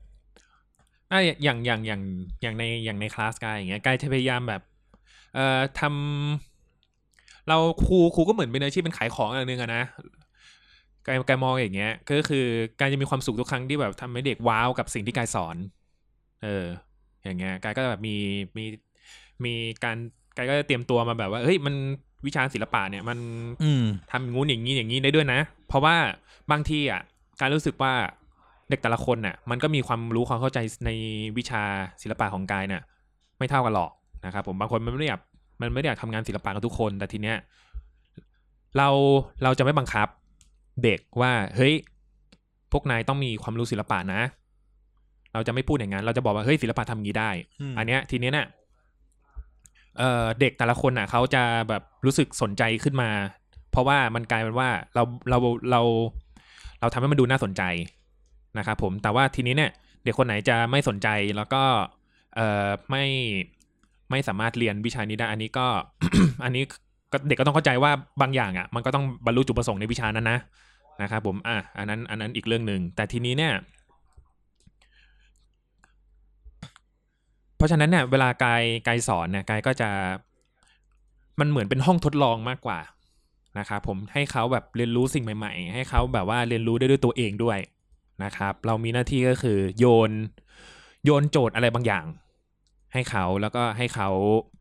อย่างอย่างอย่างอย่างในอย่างในคลาสกายอย่างเงี้ยกายพยายามแบบเอ่อทำเราครูครูก็เหมือนเป็นอาชีพเป็นขายของอย่างนึงอะนะกายกายมองอย่างเงี้ยก็คือการจะมีความสุขทุกครั้งที่แบบทำให้เด็กว้าวกับสิ่งที่กายสอนเอออย่างเงี้ยกายก็แบบมีมีมีการกายก็จะเตรียมตัวมาแบบว่าเฮ้ยมันวิชาศิลปะเนี่ยมันทำงู้นอย่างนี้อย่างนี้ได้ด้วยนะเพราะว่าบางทีอ่ะการรู้สึกว่าเด็กแต่ละคนน่ะมันก็มีความรู้ความเข้าใจในวิชาศิลปะของกายเนี่ยไม่เท่ากันหรอกนะครับผมบางคนมันไม่ได้อยากมันไม่ได้อยากทำงานศิลปะกับทุกคนแต่ทีเนี้ยเราเราจะไม่บังคับเด็กว่าเฮ้ยพวกนายต้องมีความรู้ศิลปะนะเราจะไม่พูดอย่างนั้นเราจะบอกว่าเฮ้ยศิลปะทำงี้ได้ อันเนี้ยทีเนี้ยเนี่ยเอ่อเด็กแต่ละคนน่ะเขาจะแบบรู้สึกสนใจขึ้นมาเพราะว่ามันกลายเป็นว่าเราเราเราเราทำให้มันดูน่าสนใจนะครับผมแต่ว่าทีนี้เนี่ยเด็กคนไหนจะไม่สนใจแล้วก็เอ่อไม่ไม่สามารถเรียนวิชานี้ได้อันนี้ก็ อันนี้เด็กก็ต้องเข้าใจว่าบางอย่างอ่ะมันก็ต้องบรรลุจุดประสงค์ในวิชานั้นนะนะครับผมอ่ะอันนั้นอันนั้นอีกเรื่องนึงแต่ทีนี้เนี่ยเพราะฉะนั้นเนี่ยเวลากายกายสอนเนี่ยกายก็จะมันเหมือนเป็นห้องทดลองมากกว่านะครับผมให้เขาแบบเรียนรู้สิ่งใหม่ๆให้เขาแบบว่าเรียนรู้ได้ด้วยตัวเองด้วยนะครับเรามีหน้าที่ก็คือโยนโยนโจทย์อะไรบางอย่างให้เขาแล้วก็ให้เขา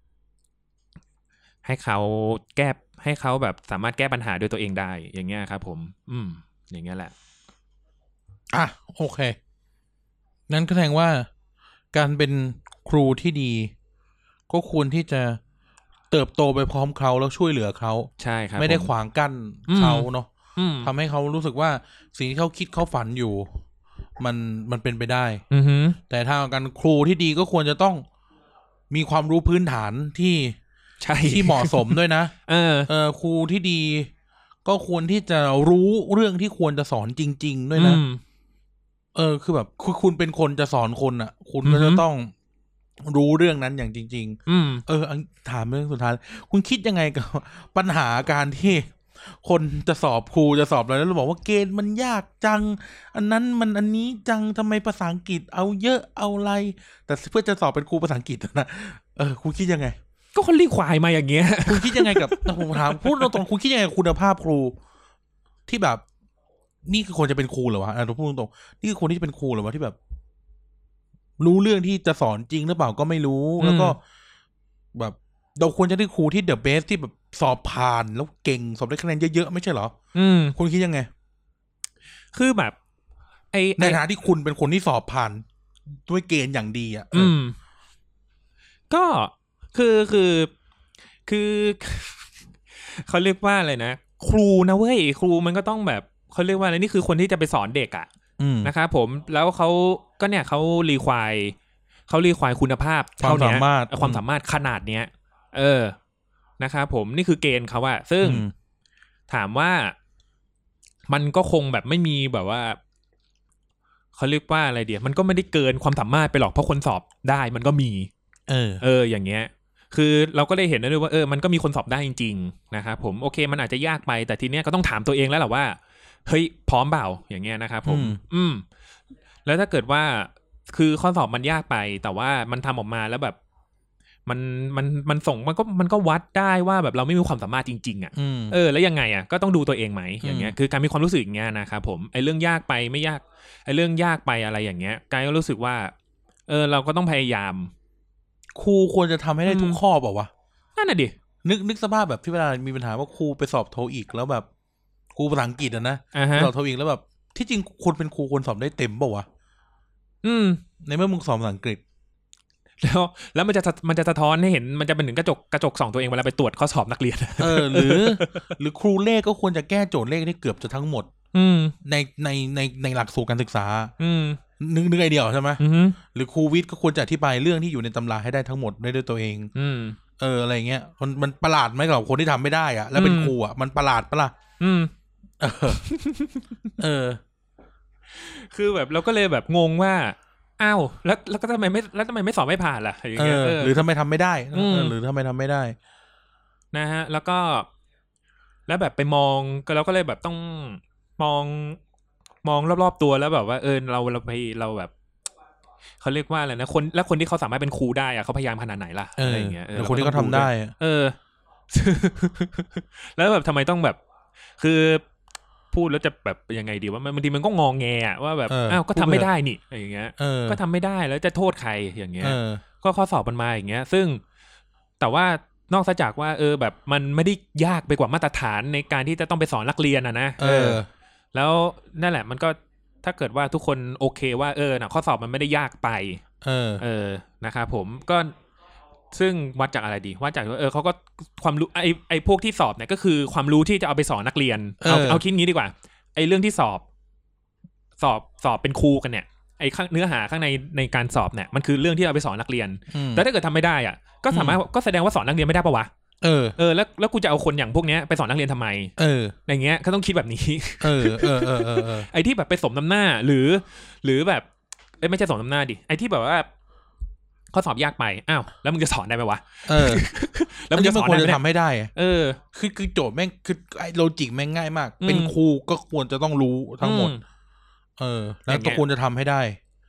ให้เขาแก้ให้เขาแบบสามารถแก้ปัญหาด้วยตัวเองได้อย่างเงี้ยครับผมอืมอย่างเงี้ยแหละอ่ะโอเคนั่นก็แสดงว่าการเป็นครูที่ดีก็ควรที่จะเติบโตไปพร้อมเขาแล้วช่วยเหลือเขาใช่ครับไม่ได้ขวางกั้นเขาเนาะทำให้เขารู้สึกว่าสิ่งที่เขาคิดเขาฝันอยู่มันมันเป็นไปได้แต่ทางการครูที่ดีก็ควรจะต้องมีความรู้พื้นฐานที่ใช่ที่เหมาะสมด้วยนะเออเออครูที่ดีก็ควรที่จะรู้เรื่องที่ควรจะสอนจริงๆด้วยนะเออคือแบบคือคุณเป็นคนจะสอนคนอ่ะคุณก็จะต้องรู้เรื่องนั้นอย่างจริงๆอืมเออถามเรื่องสุดท้ายคุณคิดยังไงกับปัญหาการที่คนจะสอบครูจะสอบอะไรแล้วเราบอกว่าเกณฑ์มันยากจังอันนั้นมันอันนี้จังทำไมภาษาอังกฤษเอาเยอะเอาอะไรแต่เพื่อจะสอบเป็นครูภาษาอังกฤษนะเออคุณคิดยังไงก็คนรีควายมาอย่างเงี้ยคุณคิดยังไงกับผมถามพูดตรงๆคุณคิดยังไงกับคุณภาพครูที่แบบนี่คือคนจะเป็นครูเหรอวะอ่ะเราพูดตรงๆนี่คือคนที่จะเป็นครูเหรอวะที่แบบรู้เรื่องที่จะสอนจริงหรือเปล่าก็ไม่รู้แล้วก็แบบเราควรจะได้ครูที่เดอะเบสที่แบบสอบผ่านแล้วเก่งสอบได้คะแนนเยอะๆไม่ใช่เหรออืมคุณคิดยังไงคือแบบไอ้ในฐานะที่คุณเป็นคนที่สอบผ่านด้วยเกณฑ์อย่างดีอ่ะอืมก็คือคือคือเขาเรียกว่าอะไรนะครูนะเว้ยครูมันก็ต้องแบบเขาเรียกว่าอะไรนี่คือคนที่จะไปสอนเด็กอ่ะนะครับผมแล้วเขาก็เนี่ยเขารีควายเขารีควายคุณภาพเท่านี้ความสามารถขนาดเนี้ยเออนะครับผมนี่คือเกณฑ์เขาอะซึ่งถามว่ามันก็คงแบบไม่มีแบบว่าเขาเรียกว่าอะไรเดียวมันก็ไม่ได้เกินความสามารถไปหรอกเพราะคนสอบได้มันก็มีเออเอออย่างเงี้ยคือเราก็ได้เห็นได้ด้วยว่าเออมันก็มีคนสอบได้จริงๆนะครับผมโอเคมันอาจจะยากไปแต่ทีเนี้ยก็ต้องถามตัวเองแล้วแหละว่าเฮ้ยพร้อมเปล่าอย่างเงี้ยนะครับผมอืมแล้วถ้าเกิดว่าคือข้อสอบมันยากไปแต่ว่ามันทำออกมาแล้วแบบมันมันมันส่งมันก็มันก็วัดได้ว่าแบบเราไม่มีความสามารถจริงๆอ่ะเออแล้วยังไงอ่ะก็ต้องดูตัวเองไหมอย่างเงี้ยคือการมีความรู้สึกอย่างเงี้ยนะครับผมไอ้เรื่องยากไปไม่ยากไอ้เรื่องยากไปอะไรอย่างเงี้ยกายก็รู้สึกว่าเออเราก็ต้องพยายามครูควรจะทำให้ได้ทุกข้อเปล่าวะนั่นน่ะดินึกนึกสภาพแบบที่เวลามีปัญหาว่าครูไปสอบโทอีกแล้วแบบครูภาษาอังกฤษอ่ะนะ uh-huh. สอบโทอีกแล้วแบบที่จริงคนเป็นครูควรสอบได้เต็มเปล่าวะอืมในเมื่อมึงสอบภาษาอังกฤษแล้วแล้วมันจะมันจะสะท้อนให้เห็นมันจะเป็นถึงกระจกกระจกส่องตัวเองเวลาไปตรวจข้อสอบนักเรียนเออหรือ หรือครูเลขก็ควรจะแก้โจทย์เลขได้เกือบจะทั้งหมดอืมในในในในหลักสูตรการศึกษาอืมนึกนึกไอเดียใช่ไหมอือหรือครูวิทย์ก็ควรจะอธิบายเรื่องที่อยู่ในตำราให้ได้ทั้งหมดได้ด้วยตัวเองอืมเอออะไรเงี้ยมันมันประหลาดไหมกับคนที่ทำไม่ได้อ่ะแล้วเป็นครูอ่ะมันประหลาดปะล่ะอืมเออเออคือแบบเราก็เลยแบบงงว่าอ้าวแล้วแล้วก็ทำไมไม่แล้วทำไมไม่สอบไม่ผ่านล่ะอย่างเงี้ยหรือทำไมทำไม่ได้หรือทำไมทำไม่ได้นะฮะแล้วก็แล้วแบบไปมองก็เราก็เลยแบบต้องมองมองรอบๆตัวแล้วแบบว่าเออเราเราไปเราแบบเขาเรียกว่าอะไรนะคนแล้วคนที่เขาสามารถเป็นครูได้อะเขาพยายามขนาดไหนล่ะอะไรอย่างเงี้ยแล้วคนที่เขาทำได้เออแล้วแบบทำไมต้องแบบคือพูดแล้วจะแบบยังไงดีว่าบางทีมันก็งองแงอะว่าแบบอ้าวก็ทำไม่ได้นี่อย่างเงี้ยก็ทำไม่ได้แล้วจะโทษใครอย่างเงี้ยก็ข้อสอบมันมาอย่างเงี้ยซึ่งแต่ว่านอกจากว่าเออแบบมันไม่ได้ยากไปกว่ามาตรฐานในการที่จะต้องไปสอนนักเรียนอะนะเออแล้วนั่นแหละมันก็ถ้าเกิดว่าทุกคนโอเคว่าเออนะข้อสอบมันไม่ได้ยากไปเออเออนะครับผมก็ซึ่งวัดจากอะไรดีวัดจากว่าเออเขาก็ความรู้ไอไอพวกที่สอบเนี่ยก็คือความรู้ที่จะเอาไปสอนนักเรียนเอาเอาคิดงี้ดีกว่าไอเรื่องที่สอบสอบสอบเป็นครูกันเนี่ยไอเนื้อหาข้างในในการสอบเนี่ยมันคือเรื่องที่เอาไปสอนนักเรียนแต่ถ้าเกิดทำไม่ได้อ่ะก็สามารถก็แสดงว่าสอนนักเรียนไม่ได้ปะวะเออเออแล้วแล้วกูจะเอาคนอย่างพวกเนี้ยไปสอนนักเรียนทำไมเอออย่างเงี้ยก็ต้องคิดแบบนี้เออเออเออเออไอที่แบบไปสมน้ำหน้าหรือหรือแบบเอ้ไม่ใช่สมน้ำหน้าดิไอที่แบบว่าข้อสอบยากไปอ้าวแล้วมึงจะสอนได้ไหมวะเออแล้วมึงจะสอนได้ทำให้ได้เออคือคือโจทย์แม่งคือไอโลจิกแม่งง่ายมากเป็นครูก็ควรจะต้องรู้ทั้งหมดเออแล้วก็ควรจะทำให้ได้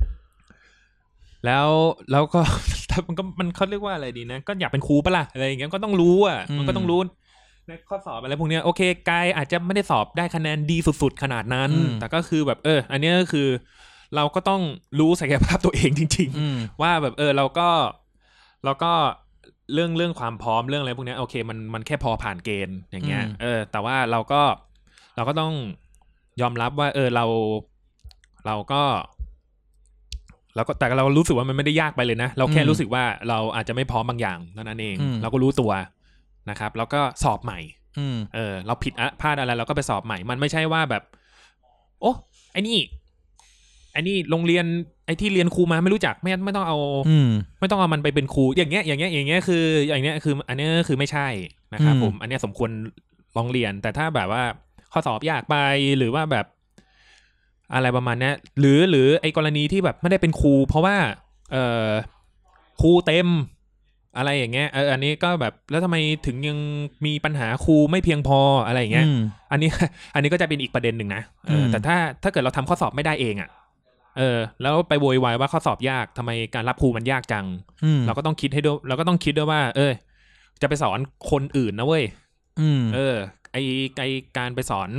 แล้วแล้วก็มันก็มันเขาเรียกว่าอะไรดีนะก็อยากเป็นครูปะล่ะอะไรอย่างเงี้ยก็ต้องรู้อ่ะมันก็ต้องรู้ในข้อสอบอะไรพวกนี้โอเคกายอาจจะไม่ได้สอบได้คะแนนดีสุดๆขนาดนั้นแต่ก็คือแบบเอออันนี้ก็คือเราก็ต้องรู้ศักยภาพตัวเองจริงๆว่าแบบเออเราก็เราก็เรื่องเรื่องความพร้อมเรื่องอะไรพวกนี้โอเคมันมันแค่พอผ่านเกณฑ์อย่างเงี้ยเออแต่ว่าเราก็เราก็ต้องยอมรับว่าเออเราเราก็แล้วก็แต่เรารู้สึกว่ามันไม่ได้ยากไปเลยนะเราแค่รู้สึกว่าเราอาจจะไม่พร้อมบางอย่างเท่านั้นเองเราก็รู้ตัวนะครับแล้วก็สอบใหม่เออเราผิดอะพลาดอะไรเราก็ไปสอบใหม่มันไม่ใช่ว่าแบบโอ้ไอ้นี่ไอ้นี่โรงเรียนไอ้ที่เรียนครูมาไม่รู้จักไม่ไม่ต้องเอาไม่ต้องเอามันไปเป็นครูอย่างเงี้ยอย่างเงี้ยอย่างเงี้ยคืออย่างเงี้ยคืออันนี้คือไม่ใช่นะครับผมอันนี้สมควรลองเรียนแต่ถ้าแบบว่าข้อสอบยากไปหรือว่าแบบอะไรประมาณนี้หรือหรือไอ้กรณีที่แบบไม่ได้เป็นครูเพราะว่าเอ่อครูเต็มอะไรอย่างเงี้ยเอออันนี้ก็แบบแล้วทำไมถึงยังมีปัญหาครูไม่เพียงพออะไรอย่างเงี้ยอันนี้อันนี้ก็จะเป็นอีกประเด็นหนึ่งนะเออแต่ถ้าถ้าเกิดเราทำข้อสอบไม่ได้เองอ่ะเออแล้วไปโวยวายว่าข้อสอบยากทำไมการรับครูมันยากจังเราก็ต้องคิดให้ด้วยเราก็ต้องคิดด้วยว่าเออจะไปสอนคนอื่นนะเว้ยเออไอไอการไปสอน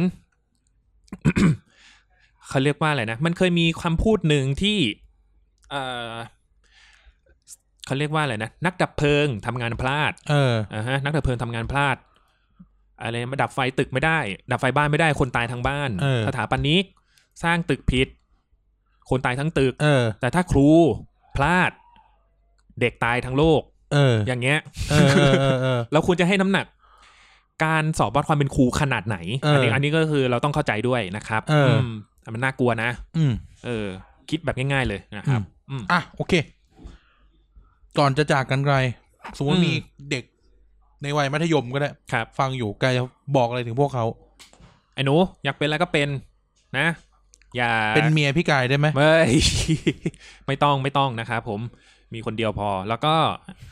เขาเรียกว่าอะไรนะมันเคยมีคำพูดหนึ่งที่เออเขาเรียกว่าอะไรนะนักดับเพลิงทำงานพลาดเอออ่าฮะนักดับเพลิงทำงานพลาดอะไรมาดับไฟตึกไม่ได้ดับไฟบ้านไม่ได้คนตายทั้งบ้านสถาปนิกสร้างตึกผิดคนตายทั้งตึกแต่ถ้าครูพลาดเด็กตายทั้งโลกเอออย่างเงี้ยเออเออเออเออเราควรจะให้น้ำหนักการสอบวัดความเป็นครูขนาดไหน อันนี้อันนี้ก็คือเราต้องเข้าใจด้วยนะครับเออมันน่ากลัวนะอืมเออคิดแบบง่ายๆเลยนะครับอ่ะโอเคก่อนจะจากกันไกลสมมติมีเด็กในวัยมัธยมก็ได้ครับฟังอยู่ไกลจะบอกอะไรถึงพวกเขาไอ้หนูอยากเป็นอะไรก็เป็นนะอย่าเป็นเมียพี่กายได้ไหมไม่ ไม่ต้องไม่ต้องนะครับผมมีคนเดียวพอแล้วก็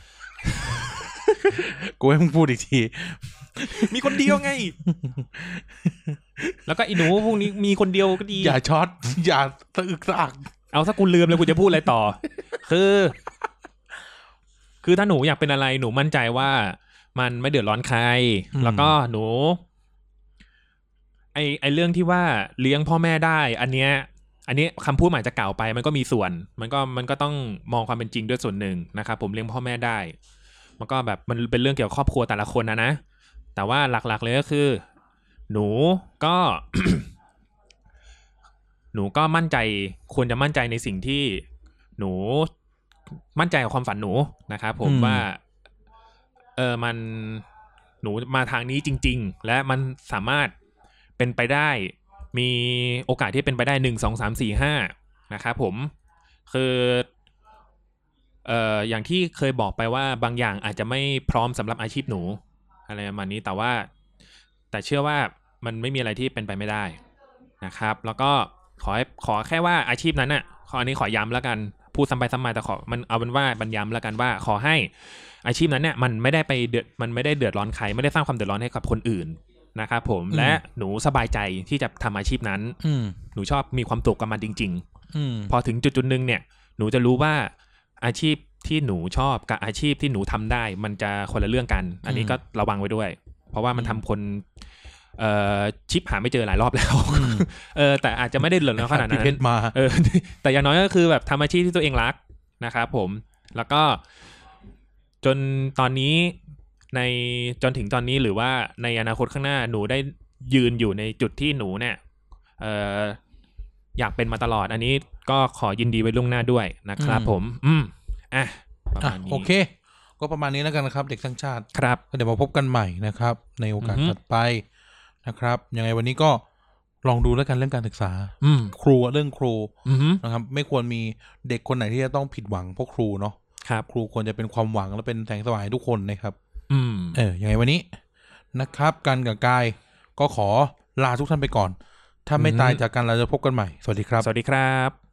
กูให้มึงพูดอีกทีมีคนเดียวไงแล้วก็ไอ้หนูพวกนี้มีคนเดียวก็ดีอย่าช็อตอย่าสะอึกสะอักเอาถ้ากูลืมเลยกูจะพูดอะไรต่อคือคือถ้าหนูอยากเป็นอะไรหนูมั่นใจว่ามันไม่เดือดร้อนใครแล้วก็หนูไอไอเรื่องที่ว่าเลี้ยงพ่อแม่ได้อันเนี้ยอันนี้คำพูดอาจจะเก่าไปมันก็มีส่วนมันก็มันก็ต้องมองความเป็นจริงด้วยส่วนหนึ่งนะครับผมเลี้ยงพ่อแม่ได้มันก็แบบมันเป็นเรื่องเกี่ยวกับครอบครัวแต่ละคนนะนะแต่ว่าหลักๆเลยก็คือหนูก็ หนูก็มั่นใจควรจะมั่นใจในสิ่งที่หนูมั่นใจกับความฝันหนูนะครับผมว่าเออมันหนูมาทางนี้จริงๆและมันสามารถเป็นไปได้มีโอกาสที่เป็นไปได้หนึ่งสองสามสี่ห้านะครับผมคือเอ่ออย่างที่เคยบอกไปว่าบางอย่างอาจจะไม่พร้อมสำหรับอาชีพหนูอะไรประมาณนี้แต่ว่าแต่เชื่อว่ามันไม่มีอะไรที่เป็นไปไม่ได้นะครับแล้วก็ขอให้ขอแค่ว่าอาชีพนั้นน่ะขออันนี้ขอย้ำแล้วกันพูดซ้ำไปซ้ำมาแต่ขอมันเอาเป็นว่าบรรย้ำแล้วกันว่าขอให้อาชีพนั้นเนี่ยมันไม่ได้ไปเดือดมันไม่ได้เดือดร้อนใครไม่ได้สร้างความเดือดร้อนให้กับคนอื่นนะครับผมและหนูสบายใจที่จะทำอาชีพนั้นหนูชอบมีความสุขกับมันจริงๆพอถึงจุดจุดนึงเนี่ยหนูจะรู้ว่าอาชีพที่หนูชอบกับอาชีพที่หนูทำได้มันจะคนละเรื่องกันอันนี้ก็ระวังไว้ด้วยเพราะว่ามันทำคนเอ่อชิปหาไม่เจอหลายรอบแล้วเออแต่อาจจะไม่ได้เหลือขนาดนั้นเพชรมาเออแต่อย่างน้อยก็คือแบบทำอาชีพที่ตัวเองรักนะครับผมแล้วก็จนตอนนี้ในจนถึงตอนนี้หรือว่าในอนาคตข้างหน้าหนูได้ยืนอยู่ในจุดที่หนูเนี่ยเอ่ออยากเป็นมาตลอดอันนี้ก็ขอยินดีไว้ล่วงหน้าด้วยนะครับผมอืมอ่ะประมาณนี้โอเคก็ประมาณนี้แล้วกันนะครับเด็กทั้งชาติครับเดี๋ยวมาพบกันใหม่นะครับในโอกาสถัดไปนะครับยังไงวันนี้ก็ลองดูแล้วกันเรื่องการศึกษาครูเรื่องครูนะครับไม่ควรมีเด็กคนไหนที่จะต้องผิดหวังเพราะครูเนาะครับครูควรจะเป็นความหวังและเป็นแสงสว่างให้ทุกคนนะครับอืมเออยังไงวันนี้นะครับกันกับกายก็ขอลาทุกท่านไปก่อนถ้าไม่ตายจากกันเราจะพบกันใหม่สวัสดีครับสวัสดีครับ